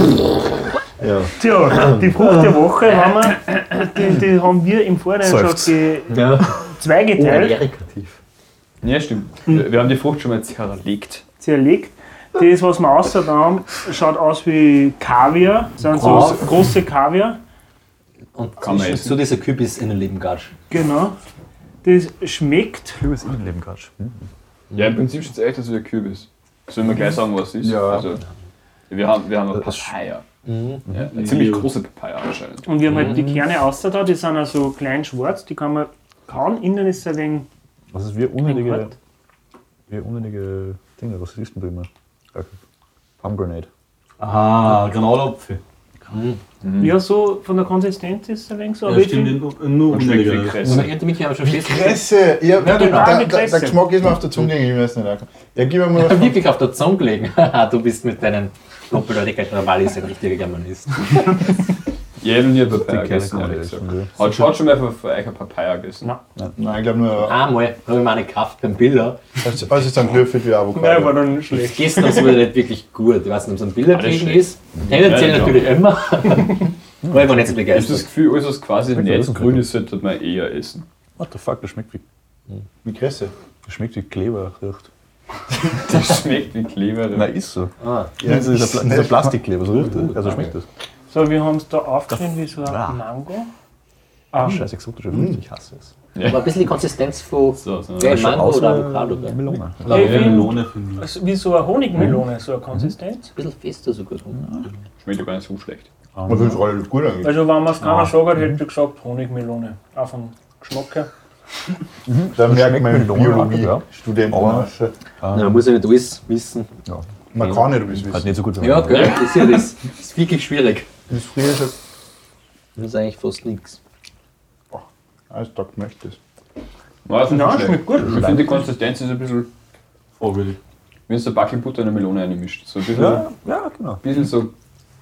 [SPEAKER 2] Ja.
[SPEAKER 5] Tja, die Frucht der Woche die haben wir im Vorhinein schon zweigeteilt,
[SPEAKER 3] Ja, stimmt. Wir haben die Frucht schon mal zerlegt.
[SPEAKER 5] zerlegt. Das, was wir außer da haben, schaut aus wie Kaviar, das sind so große Kaviar.
[SPEAKER 2] Und
[SPEAKER 3] Kann man essen.
[SPEAKER 2] so dieser Kürbis in den Lebengatsch.
[SPEAKER 5] Genau. Das schmeckt.
[SPEAKER 4] Kürbis im Leben gerade.
[SPEAKER 3] Ja, im Prinzip sieht es echt aus wie ein Kürbis. Sollen wir gleich sagen, was es ist?
[SPEAKER 1] Ja.
[SPEAKER 3] Also, wir haben eine Papaya. Ja, eine ziemlich große Papaya anscheinend.
[SPEAKER 5] Und wir haben halt die Kerne außer da, die sind also klein schwarz, die kann man kauen. Innen ist ein wenig.
[SPEAKER 4] Was ist wie unnötige
[SPEAKER 5] Hart.
[SPEAKER 4] Dinge? Was ist denn da immer? Pomegranate.
[SPEAKER 6] Ah, Granatapfel.
[SPEAKER 5] Ja, so von der Konsistenz ist es ein wenig so.
[SPEAKER 6] Ja,
[SPEAKER 5] Aber ich
[SPEAKER 6] stimmt,
[SPEAKER 5] find,
[SPEAKER 6] nur
[SPEAKER 3] Und schmeckt wie
[SPEAKER 6] unnötiger.
[SPEAKER 3] Kresse.
[SPEAKER 2] Ich hätte mich aber schon festgelegt.
[SPEAKER 1] Kresse! Ja,
[SPEAKER 5] total
[SPEAKER 1] der
[SPEAKER 5] Kresse.
[SPEAKER 1] Geschmack ist mir auf der Zunge hängen, ich weiß nicht. Ja, gib mir mal was.
[SPEAKER 2] Wirklich auf der Zunge gelegen. Du bist mit deinen Doppeldeutigkeiten normal ist ein richtiger Germanist.
[SPEAKER 3] Ich habe noch nie eine Papaya
[SPEAKER 4] Die
[SPEAKER 3] gegessen,
[SPEAKER 4] Kerne
[SPEAKER 3] ehrlich gesagt.
[SPEAKER 4] kommen
[SPEAKER 3] Hat schon mal von euch eine Papaya gegessen?
[SPEAKER 5] Nein.
[SPEAKER 1] Nein, ich glaube nur,
[SPEAKER 2] Einmal habe ich meine gekauft beim Biller.
[SPEAKER 1] es ist dann glöffelt wie
[SPEAKER 5] nein, war
[SPEAKER 1] Avocado.
[SPEAKER 5] dann
[SPEAKER 2] Das
[SPEAKER 5] schlecht.
[SPEAKER 2] Gestern ist aber nicht wirklich gut. Ich weiß nicht, ob es ein Biller
[SPEAKER 3] Alles
[SPEAKER 2] gewesen
[SPEAKER 3] schlecht.
[SPEAKER 2] ist. Tendenziell
[SPEAKER 3] Ja,
[SPEAKER 2] natürlich immer. Aber ich war nicht so
[SPEAKER 3] Ich habe das
[SPEAKER 2] begeistert.
[SPEAKER 3] Gefühl, alles was quasi
[SPEAKER 4] Schmeckt
[SPEAKER 3] nicht
[SPEAKER 4] alles
[SPEAKER 3] grün ist, sollte man eher essen.
[SPEAKER 4] What the fuck, das schmeckt
[SPEAKER 1] Wie Kresse.
[SPEAKER 4] wie Kleber.
[SPEAKER 3] Das schmeckt wie Kleber.
[SPEAKER 4] Nein, ist so.
[SPEAKER 2] Ah.
[SPEAKER 1] Ja,
[SPEAKER 4] Dieser Plastikkleber, so riecht das. Also schmeckt das.
[SPEAKER 5] So, wir haben es da aufgeschrieben wie so ein Mango.
[SPEAKER 4] Scheiß exotische Frucht, ich hasse es.
[SPEAKER 2] Aber ein bisschen die Konsistenz von
[SPEAKER 3] So, so.
[SPEAKER 2] ja,
[SPEAKER 4] Schaut
[SPEAKER 2] Mango
[SPEAKER 4] aus
[SPEAKER 2] oder
[SPEAKER 4] wie
[SPEAKER 2] Avocado. Gell? Ein
[SPEAKER 4] Melone.
[SPEAKER 5] Ja, ich find-
[SPEAKER 6] Melone für mich.
[SPEAKER 5] Also wie so eine Honigmelone, so eine Konsistenz.
[SPEAKER 2] bisschen fester sogar.
[SPEAKER 3] Schmeckt ja gar nicht so schlecht.
[SPEAKER 1] Man findet es alles gut eigentlich.
[SPEAKER 5] Also, wenn man es keiner sagt, hätte ich gesagt Honigmelone. Auch vom Geschmack her.
[SPEAKER 1] Da merkt man
[SPEAKER 4] Melone, ja.
[SPEAKER 1] Biologie-Studenten
[SPEAKER 4] Aber-
[SPEAKER 1] aus.
[SPEAKER 2] Ja, man muss ja nicht alles wissen.
[SPEAKER 1] Man kann nicht alles
[SPEAKER 4] Halt
[SPEAKER 1] wissen.
[SPEAKER 4] nicht so gut wie
[SPEAKER 2] Ja, gell, das ist ja das. Das ist wirklich schwierig.
[SPEAKER 1] Das ist früher schon
[SPEAKER 2] Das ist eigentlich fast nichts.
[SPEAKER 1] alles Tag möchtest.
[SPEAKER 3] War das nicht
[SPEAKER 5] Nein,
[SPEAKER 3] so schlecht.
[SPEAKER 5] schmeckt gut.
[SPEAKER 3] Ich finde, die Konsistenz ist ein bisschen,
[SPEAKER 6] Fragwürdig.
[SPEAKER 3] wenn du Backelbutter in eine Melone einmischt. So ein bisschen,
[SPEAKER 4] Ja, genau.
[SPEAKER 3] bisschen so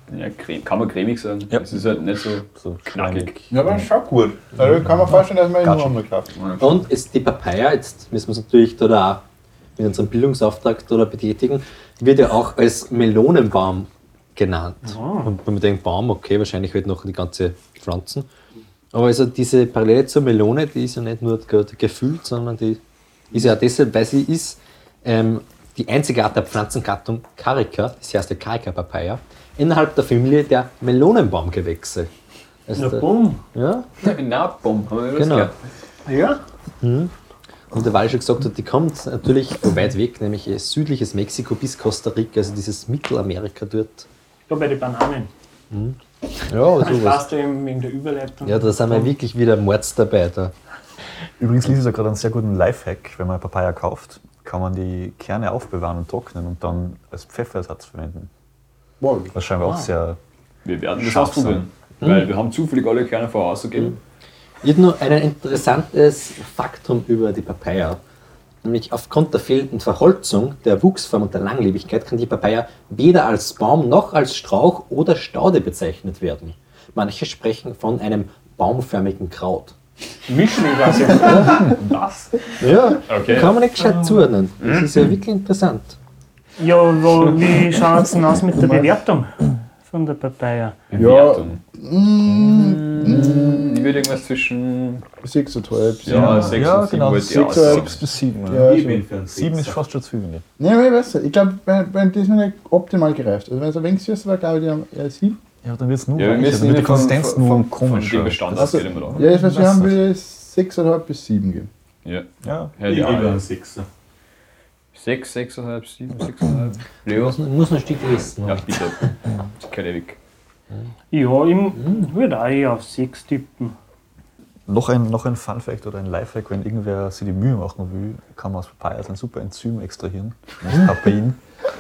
[SPEAKER 3] Ja, kann man cremig sagen.
[SPEAKER 4] Ja.
[SPEAKER 3] Es ist halt nicht so knackig.
[SPEAKER 1] Ja, aber schaut gut. Also kann man vorstellen, dass man ihn noch einmal kauft.
[SPEAKER 2] Und ist die Papaya, jetzt müssen wir es natürlich da auch mit unserem Bildungsauftrag da betätigen, wird ja auch als Melonenbaum genannt. Und wenn man denkt, Baum, okay, wahrscheinlich halt noch die ganze Pflanzen. Aber also diese Parallele zur Melone, die ist ja nicht nur gerade gefühlt, sondern die ist ja auch deshalb, weil sie ist die einzige Art der Pflanzengattung Carica, das heißt der Carica-Papaya, innerhalb der Familie der Melonenbaumgewächse. Also
[SPEAKER 5] Ja, bumm.
[SPEAKER 2] ja,
[SPEAKER 3] Na, Bomb, haben wir das
[SPEAKER 2] genau.
[SPEAKER 3] gehört?
[SPEAKER 5] Ja.
[SPEAKER 2] Und der Wal schon gesagt hat, die kommt natürlich von weit weg, nämlich südliches Mexiko bis Costa Rica, also dieses Mittelamerika dort.
[SPEAKER 5] Da bei den Bananen.
[SPEAKER 2] Ja,
[SPEAKER 5] Das
[SPEAKER 2] sowas.
[SPEAKER 5] passt ja eben wegen der Überleitung.
[SPEAKER 2] Ja, da sind wir wirklich wieder Mords dabei. Da.
[SPEAKER 4] Übrigens liest ich da gerade einen sehr guten Lifehack. Wenn man Papaya kauft, kann man die Kerne aufbewahren und trocknen und dann als Pfefferersatz verwenden.
[SPEAKER 1] Wow.
[SPEAKER 4] Was scheinbar auch sehr...
[SPEAKER 3] Wir werden das
[SPEAKER 4] Scharf
[SPEAKER 3] ausprobieren. Weil wir haben zufällig alle Kerne vorausgegeben.
[SPEAKER 2] Ich habe noch ein interessantes Faktum über die Papaya. Nämlich aufgrund der fehlenden Verholzung, der Wuchsform und der Langlebigkeit kann die Papaya weder als Baum noch als Strauch oder Staude bezeichnet werden. Manche sprechen von einem baumförmigen Kraut.
[SPEAKER 5] Mischling quasi.
[SPEAKER 3] Was?
[SPEAKER 2] Ja,
[SPEAKER 3] Okay.
[SPEAKER 2] kann man nicht gescheit zuordnen. Das ist ja wirklich interessant.
[SPEAKER 5] Ja, wie schaut es denn aus mit der Bewertung von der Papaya?
[SPEAKER 3] Bewertung. Ich würde irgendwas zwischen
[SPEAKER 1] 6,5.
[SPEAKER 3] ja, 6
[SPEAKER 4] Ja,
[SPEAKER 3] und 7
[SPEAKER 4] genau.
[SPEAKER 3] wollte ich
[SPEAKER 1] 6,
[SPEAKER 3] aussagen.
[SPEAKER 4] 6 bis 7.
[SPEAKER 1] Ja,
[SPEAKER 6] Ich
[SPEAKER 1] so.
[SPEAKER 6] bin für einen
[SPEAKER 4] 7 ist
[SPEAKER 6] Sechser.
[SPEAKER 4] fast schon zu viel. Ne?
[SPEAKER 1] Nee, aber ich weiß nicht. Ich glaube, wenn das noch nicht optimal gereift. Also wenn es ein wenig süß war, glaube ich, die haben eher 7.
[SPEAKER 4] Ja, dann wird es nur
[SPEAKER 3] Ja, wir
[SPEAKER 4] weicher,
[SPEAKER 3] müssen
[SPEAKER 4] dann wird die
[SPEAKER 3] von,
[SPEAKER 4] Konsistenz
[SPEAKER 3] von,
[SPEAKER 4] nur
[SPEAKER 3] von, von
[SPEAKER 4] komisch.
[SPEAKER 3] dem Bestand
[SPEAKER 1] Also,
[SPEAKER 3] ausgehen immer da.
[SPEAKER 1] Ja, das heißt, wir
[SPEAKER 4] Was
[SPEAKER 1] haben
[SPEAKER 4] das?
[SPEAKER 1] wir 6,5 bis 7 geben.
[SPEAKER 3] Ja.
[SPEAKER 4] Ja.
[SPEAKER 3] Ja,
[SPEAKER 6] Ich
[SPEAKER 3] die
[SPEAKER 6] gebe einen
[SPEAKER 3] alle.
[SPEAKER 6] Sechser.
[SPEAKER 3] 6, 6,5, 7, 6,5. Leo?
[SPEAKER 2] Muss noch ein Stück essen.
[SPEAKER 3] Ja, bitte. Keine weg.
[SPEAKER 5] Ja, ich würde auch eher auf 6 tippen.
[SPEAKER 4] Noch ein Fun-Fact oder ein Lifehack, wenn irgendwer sich die Mühe machen will, kann man aus Papaya ein super Enzym extrahieren, das Papain,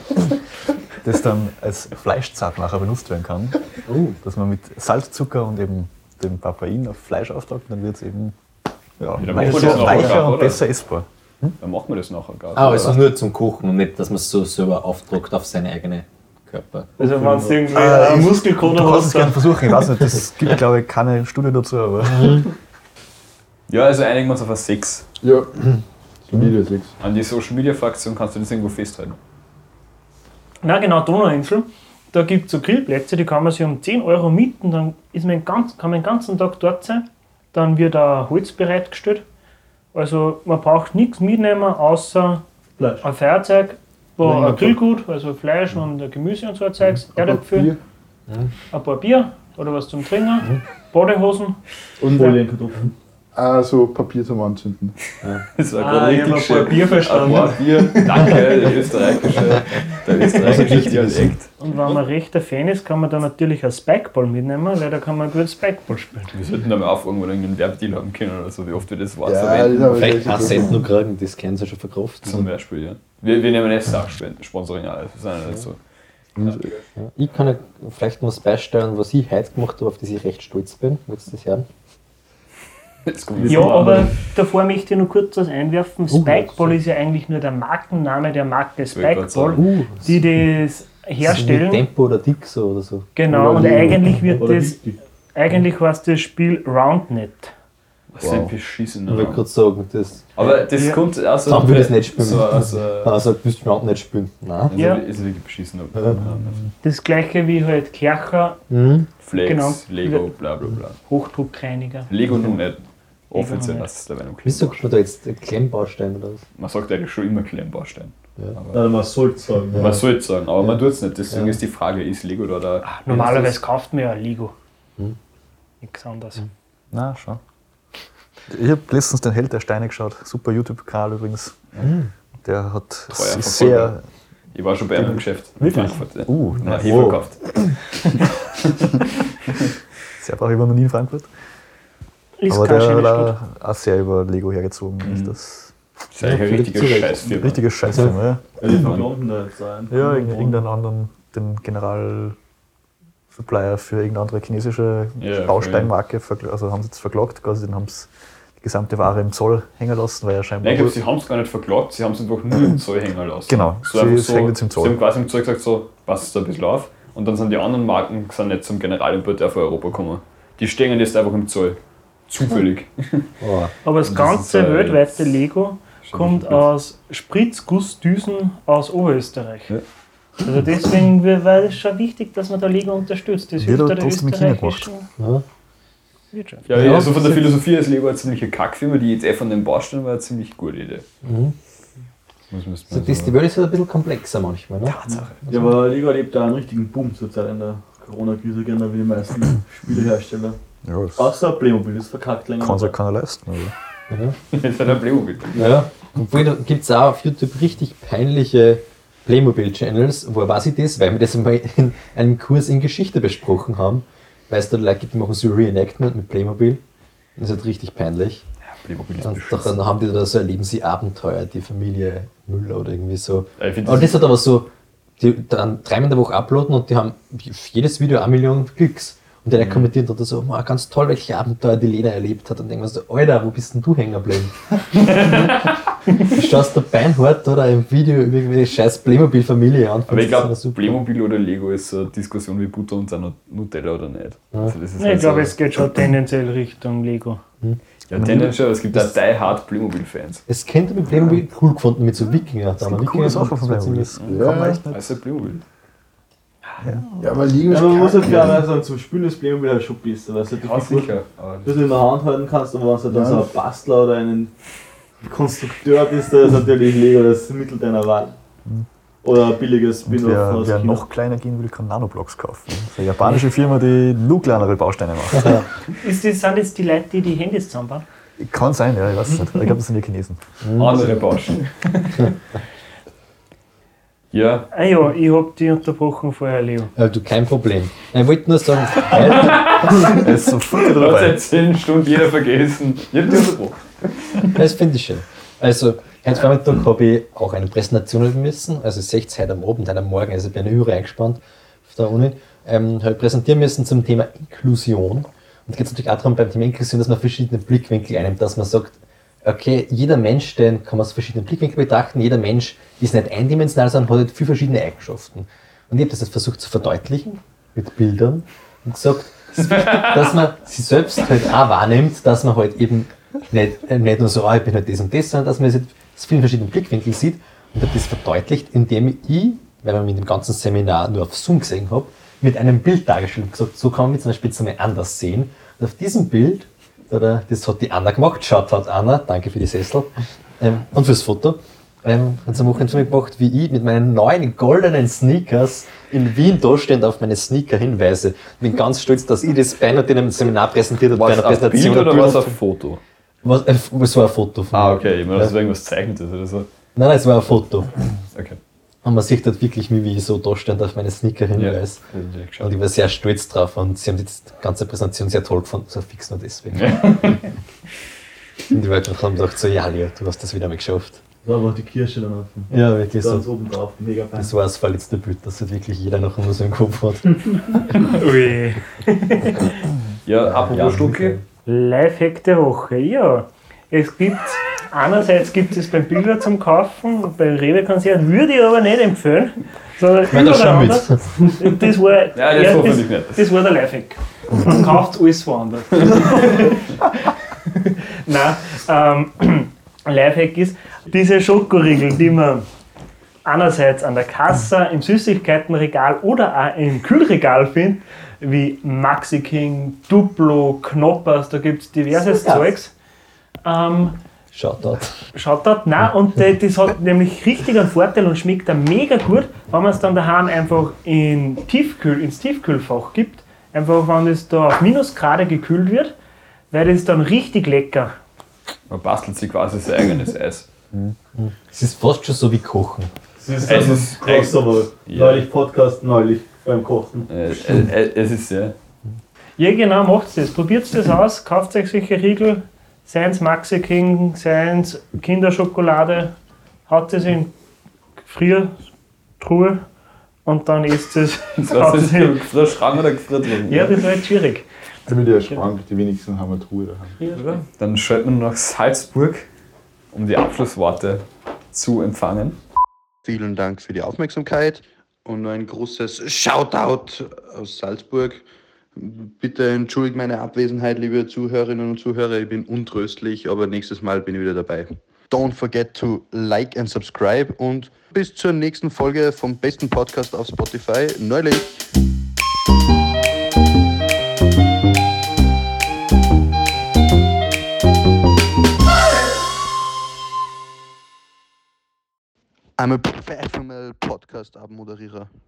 [SPEAKER 4] das dann als Fleischzartmacher benutzt werden kann. Dass man mit Salz, Zucker und eben dem Papain auf Fleisch auftragt, dann wird es eben
[SPEAKER 3] dann machen wir das nachher
[SPEAKER 4] weicher
[SPEAKER 3] gar,
[SPEAKER 4] und
[SPEAKER 3] oder?
[SPEAKER 4] besser essbar.
[SPEAKER 3] Dann machen wir das nachher gar.
[SPEAKER 2] Ah, also nur zum Kochen und nicht, dass man es so selber aufdruckt auf seine eigene Körper.
[SPEAKER 5] Also wenn du irgendwie einen Muskelkater
[SPEAKER 4] Du kannst es
[SPEAKER 5] hast,
[SPEAKER 4] gerne
[SPEAKER 5] dann
[SPEAKER 4] versuchen, ich weiß nicht, es gibt glaube ich keine Studie dazu, aber
[SPEAKER 3] Ja, also einigen wir uns auf eine 6.
[SPEAKER 1] Ja, solide 6.
[SPEAKER 3] An die Social Media Fraktion kannst du das irgendwo festhalten.
[SPEAKER 5] na genau, Donauinsel, da gibt es so Grillplätze, die kann man sich um 10 Euro mieten, dann ist man kann man den ganzen Tag dort sein, dann wird auch Holz bereitgestellt. Also man braucht nichts mitnehmen, außer
[SPEAKER 6] Fleisch.
[SPEAKER 5] ein Feuerzeug, wo
[SPEAKER 1] Länger
[SPEAKER 5] ein Grillgut, also Fleisch und Gemüse und so ein Zeugs, Erdäpfel, ein paar Bier oder was zum Trinken, Badehosen.
[SPEAKER 1] Und
[SPEAKER 6] Folienkartoffeln.
[SPEAKER 1] so Papier zum Anzünden.
[SPEAKER 3] Das war
[SPEAKER 5] Ah, ich habe ein paar Bier verstanden.
[SPEAKER 3] Ein paar Bier. Danke, der österreichische Dialekt.
[SPEAKER 5] Und wenn man rechter Fan ist, kann man da natürlich ein Spikeball mitnehmen, weil da kann man gut Spikeball spielen.
[SPEAKER 3] Wir sollten da mal aufhören, wo wir irgendeinen Werbedeal haben können oder so, wie oft wir das Wort
[SPEAKER 1] Ja,
[SPEAKER 3] verwenden.
[SPEAKER 1] das
[SPEAKER 2] Vielleicht ein
[SPEAKER 1] habe ich
[SPEAKER 2] Cent noch kriegen, das können sie schon verkraften.
[SPEAKER 3] Zum Beispiel, ja. Wir nehmen jetzt auch Sponsoring an, das ist ja nicht so.
[SPEAKER 2] Ich kann ja vielleicht noch was beisteuern, was ich heute gemacht habe, auf das ich recht stolz bin. Willst du das hören?
[SPEAKER 3] Jetzt kommt
[SPEAKER 5] Ja, aber davor möchte ich noch kurz was einwerfen. Spikeball ist ja eigentlich nur der Markenname der Marke
[SPEAKER 3] wollte gerade
[SPEAKER 5] Spikeball, die das
[SPEAKER 2] Wie
[SPEAKER 5] herstellen.
[SPEAKER 2] Tempo oder Dixo oder so.
[SPEAKER 5] Genau, und
[SPEAKER 1] Oder
[SPEAKER 5] eigentlich wird
[SPEAKER 6] Oder
[SPEAKER 5] das,
[SPEAKER 6] wichtig.
[SPEAKER 5] eigentlich heißt das Spiel Roundnet.
[SPEAKER 3] Was ist denn beschissen?
[SPEAKER 2] Ich wollte gerade sagen, das
[SPEAKER 3] Aber das
[SPEAKER 5] Ja.
[SPEAKER 3] kommt also.
[SPEAKER 2] Dann würde ich es nicht spielen.
[SPEAKER 3] So, also,
[SPEAKER 2] also willst du überhaupt nicht spielen. Nein.
[SPEAKER 5] Ja.
[SPEAKER 3] ist wirklich beschissen.
[SPEAKER 5] Das gleiche wie halt Kercher,
[SPEAKER 3] Flex,
[SPEAKER 5] Genau.
[SPEAKER 3] Lego, bla bla bla.
[SPEAKER 5] Hochdruckreiniger.
[SPEAKER 3] Lego nun nicht. Offiziell
[SPEAKER 5] nicht.
[SPEAKER 3] heißt es dabei noch
[SPEAKER 2] Wie sagt man da jetzt Klemmbaustein oder was?
[SPEAKER 3] Man sagt eigentlich schon immer Klemmbaustein.
[SPEAKER 6] Oder man sollte sagen.
[SPEAKER 3] Man sollte sagen, aber man tut es nicht. Deswegen ist die Frage, ist Lego da der.
[SPEAKER 5] Normalerweise kauft man ja ein Lego. Nichts anderes.
[SPEAKER 4] na schon. Ich habe letztens den Held der Steine geschaut, super YouTube-Kanal übrigens. Der hat
[SPEAKER 3] Treuer
[SPEAKER 4] ist
[SPEAKER 3] Verfolger.
[SPEAKER 4] sehr.
[SPEAKER 3] Ich war schon bei einem im Geschäft.
[SPEAKER 4] Wirklich?
[SPEAKER 3] In Frankfurt. Ja.
[SPEAKER 4] Nice.
[SPEAKER 3] Hefe gekauft.
[SPEAKER 4] Sehr brauche ich war noch nie in Frankfurt.
[SPEAKER 5] Ist
[SPEAKER 4] Aber
[SPEAKER 5] keine
[SPEAKER 4] der
[SPEAKER 5] schöne
[SPEAKER 4] hat
[SPEAKER 5] Stadt.
[SPEAKER 4] auch sehr über Lego hergezogen. Das
[SPEAKER 3] Das ist eigentlich ein richtiger
[SPEAKER 2] Zurecht.
[SPEAKER 3] Scheißfirma.
[SPEAKER 4] ist ein richtiges Scheißfilm, ja.
[SPEAKER 6] Ja, die verkloppen da jetzt ein.
[SPEAKER 4] Ja, irgendeinen anderen, den General-Supplier für irgendeine andere chinesische
[SPEAKER 3] Ja,
[SPEAKER 4] Bausteinmarke, also haben sie jetzt verklagt, quasi, dann haben sie die gesamte Ware im Zoll hängen lassen, weil ja scheinbar.
[SPEAKER 3] Nein, ich glaube, sie haben es gar nicht verklagt, sie haben es einfach nur im Zoll hängen lassen.
[SPEAKER 4] Genau,
[SPEAKER 3] so einfach
[SPEAKER 4] es hängt jetzt im Zoll.
[SPEAKER 3] Sie haben quasi im Zoll gesagt, so, passt da ein bisschen auf. und dann sind die anderen Marken sind nicht zum Generalimporteur von Europa gekommen. Die stehen jetzt einfach im Zoll. Zufällig.
[SPEAKER 5] Aber das ganze weltweite Lego kommt aus Spritzgussdüsen aus Oberösterreich. Ja. Also deswegen war es schon wichtig, dass man da Lego unterstützt. Das hilft der österreichischen Wirtschaft.
[SPEAKER 3] Ja, also von der Philosophie ist Lego eine ziemliche Kackfirma, die jetzt von den Baustellen war eine ziemlich gute Idee.
[SPEAKER 2] Also die Welt ist halt ein bisschen komplexer manchmal, ne?
[SPEAKER 6] Tatsache. Ja, aber Lego erlebt da einen richtigen Boom zurzeit in der Corona-Krise, genau wie die meisten Spielehersteller.
[SPEAKER 4] Ja,
[SPEAKER 6] außer Playmobil, das verkackt länger.
[SPEAKER 4] Kann sich keiner leisten. Oder?
[SPEAKER 3] Das ist halt ein Playmobil.
[SPEAKER 2] Ja, obwohl da gibt es auch auf YouTube richtig peinliche Playmobil-Channels. Woher weiß ich das? Weil wir das einmal in einem Kurs in Geschichte besprochen haben. Weil es da Leute gibt, die machen so Reenactment mit Playmobil. Das ist halt richtig peinlich. Ja, Playmobil ist und dann haben die da so erleben sie Abenteuer, die Familie Müller oder irgendwie so. Aber das hat aber so, die dann 3 Mal in der Woche uploaden und die haben jedes Video 1 Million Klicks. Und der kommentiert oder so, ganz toll, welche Abenteuer die Lena erlebt hat. Und denkt man so, Alter, wo bist denn du hängen geblieben? Du schaust da beinhart oder im Video irgendwie scheiß Playmobil-Familie an.
[SPEAKER 3] Aber ich glaube, Playmobil oder Lego ist so eine Diskussion wie Butter und Nutella oder nicht.
[SPEAKER 5] Ja. Also das ist ich glaube, es geht schon tendenziell Richtung Lego.
[SPEAKER 3] Ja, tendenziell, es gibt auch die Hard Playmobil-Fans.
[SPEAKER 2] Es könnte mit Playmobil cool gefunden, mit so Wikinger.
[SPEAKER 4] Das ist eine coole Sache von Playmobil.
[SPEAKER 3] Also Playmobil.
[SPEAKER 1] Ja, aber Lego ist.
[SPEAKER 6] Aber man muss halt klar sagen, zum Spielen ist Playmobil halt schon besser, weil du halt sicher, dass du in der Hand halten kannst, aber wenn du dann so ein Bastler oder einen Konstrukteur bist, da ist natürlich Lego das Mittel deiner Wahl. Oder ein billiges Spin-off.
[SPEAKER 4] Wer noch kleiner gehen will, kann Nanoblocks kaufen. Das ist eine japanische Firma, die nur kleinere Bausteine macht.
[SPEAKER 5] Sind das die Leute, die Handys zusammenbauen?
[SPEAKER 4] Kann sein, ja, ich weiß es nicht. Ich glaube, das sind die Chinesen.
[SPEAKER 3] Andere Bausteine. Ja.
[SPEAKER 5] Ah ja, ich hab dich unterbrochen vorher, Leo.
[SPEAKER 2] Du, kein Problem. Ich wollte nur sagen,
[SPEAKER 4] er ist so voll dabei.
[SPEAKER 3] Seit 10 Stunden jeder vergessen. Ich hab dich unterbrochen.
[SPEAKER 2] Das finde ich schön. Also, heute Vormittag habe ich auch eine Präsentation halten müssen. Also, 6 heute am Abend, heute am Morgen, also ich bin eine Höhe eingespannt auf der Uni. Habe präsentieren müssen zum Thema Inklusion. Und da geht es natürlich auch darum, beim Thema Inklusion, dass man verschiedene Blickwinkel einnimmt, dass man sagt, okay, jeder Mensch, den kann man aus verschiedenen Blickwinkeln betrachten, jeder Mensch ist nicht eindimensional, sondern hat viele verschiedene Eigenschaften. Und ich habe das jetzt versucht zu verdeutlichen mit Bildern und gesagt, es ist wichtig, dass man sich selbst halt auch wahrnimmt, dass man halt eben nicht nur so, ich bin halt das und das, sondern dass man es vielen verschiedenen Blickwinkeln sieht und habe das verdeutlicht, indem ich, weil man mich in dem ganzen Seminar nur auf Zoom gesehen habe, mit einem Bild dargestellt und gesagt, so kann man mit so einer Spitze mal anders sehen. Und auf diesem Bild, das hat die Anna gemacht, schaut hat Anna, danke für die Sessel und fürs Foto. Hat sie am Wochenende für mich gemacht, wie ich mit meinen neuen goldenen Sneakers in Wien dastehend auf meine Sneaker hinweise. Ich bin ganz stolz, dass ich das bei einem Seminar präsentiert habe.
[SPEAKER 3] War es ein Bild oder war es ein Foto?
[SPEAKER 2] Es war ein Foto von mir.
[SPEAKER 3] Okay, ich meine, dass es irgendwas zeichnet ist oder so.
[SPEAKER 2] Nein, es war ein Foto.
[SPEAKER 3] Okay.
[SPEAKER 2] Und man sieht halt wirklich, wie ich so dastehend auf meine Sneaker hinweise. Ja, und ich war sehr stolz drauf und sie haben die ganze Präsentation sehr toll gefunden, so fix nur deswegen. Und die Leute haben gedacht, so, ja, Leo, du hast das wieder mal geschafft.
[SPEAKER 6] Da war die Kirsche dann auf dem.
[SPEAKER 2] Ja, wirklich
[SPEAKER 6] ganz
[SPEAKER 2] so.
[SPEAKER 6] Oben drauf, mega fein.
[SPEAKER 2] Das war das verletzte Bild, dass halt wirklich jeder noch immer so im Kopf hat.
[SPEAKER 5] Ui.
[SPEAKER 3] Ja, apropos Stucke.
[SPEAKER 5] Lifehack der Woche, ja. Einerseits gibt es beim Bilder zum Kaufen, beim Rewe-Konzert würde ich aber nicht empfehlen. Sondern
[SPEAKER 2] das schon mit.
[SPEAKER 5] Das war,
[SPEAKER 3] ja, das hoffentlich nicht.
[SPEAKER 5] Das war der Lifehack. Man kauft alles woanders. Nein, Lifehack ist, diese Schokoriegel, die man einerseits an der Kasse, im Süßigkeitenregal oder auch im Kühlregal findet, wie Maxi King, Duplo, Knoppers, da gibt es diverses Zeugs. Shoutout, nein, und das hat nämlich richtig einen Vorteil und schmeckt dann mega gut, wenn man es dann daheim einfach ins Tiefkühlfach gibt, einfach wenn es da auf Minusgrade gekühlt wird, weil das dann richtig lecker.
[SPEAKER 3] Man bastelt sich quasi sein eigenes Eis.
[SPEAKER 2] Es ist fast schon so wie Kochen.
[SPEAKER 6] Es ist Crossover. Neulich Podcast, neulich beim Kochen.
[SPEAKER 3] Es ist ja.
[SPEAKER 5] Ja, genau, macht es. Probiert das aus, kauft euch solche Riegel, seien es Maxi King, seien es Kinderschokolade, haut es in Gefriertruhe und dann isst es.
[SPEAKER 3] Das ist Gefrierschrank oder Gefriertruhe?
[SPEAKER 5] Ja, das war jetzt schwierig.
[SPEAKER 1] Damit der Schrank, die wenigsten haben eine Truhe daheim.
[SPEAKER 5] Ja.
[SPEAKER 3] Dann schalten wir nach Salzburg, um die Abschlussworte zu empfangen.
[SPEAKER 8] Vielen Dank für die Aufmerksamkeit Und nur ein großes Shoutout aus Salzburg. Bitte entschuldigt meine Abwesenheit, liebe Zuhörerinnen und Zuhörer. Ich bin untröstlich, aber nächstes Mal bin ich wieder dabei. Don't forget to like and subscribe und bis zur nächsten Folge vom besten Podcast auf Spotify. Neulich! I'm a professional Podcast-Abmoderierer.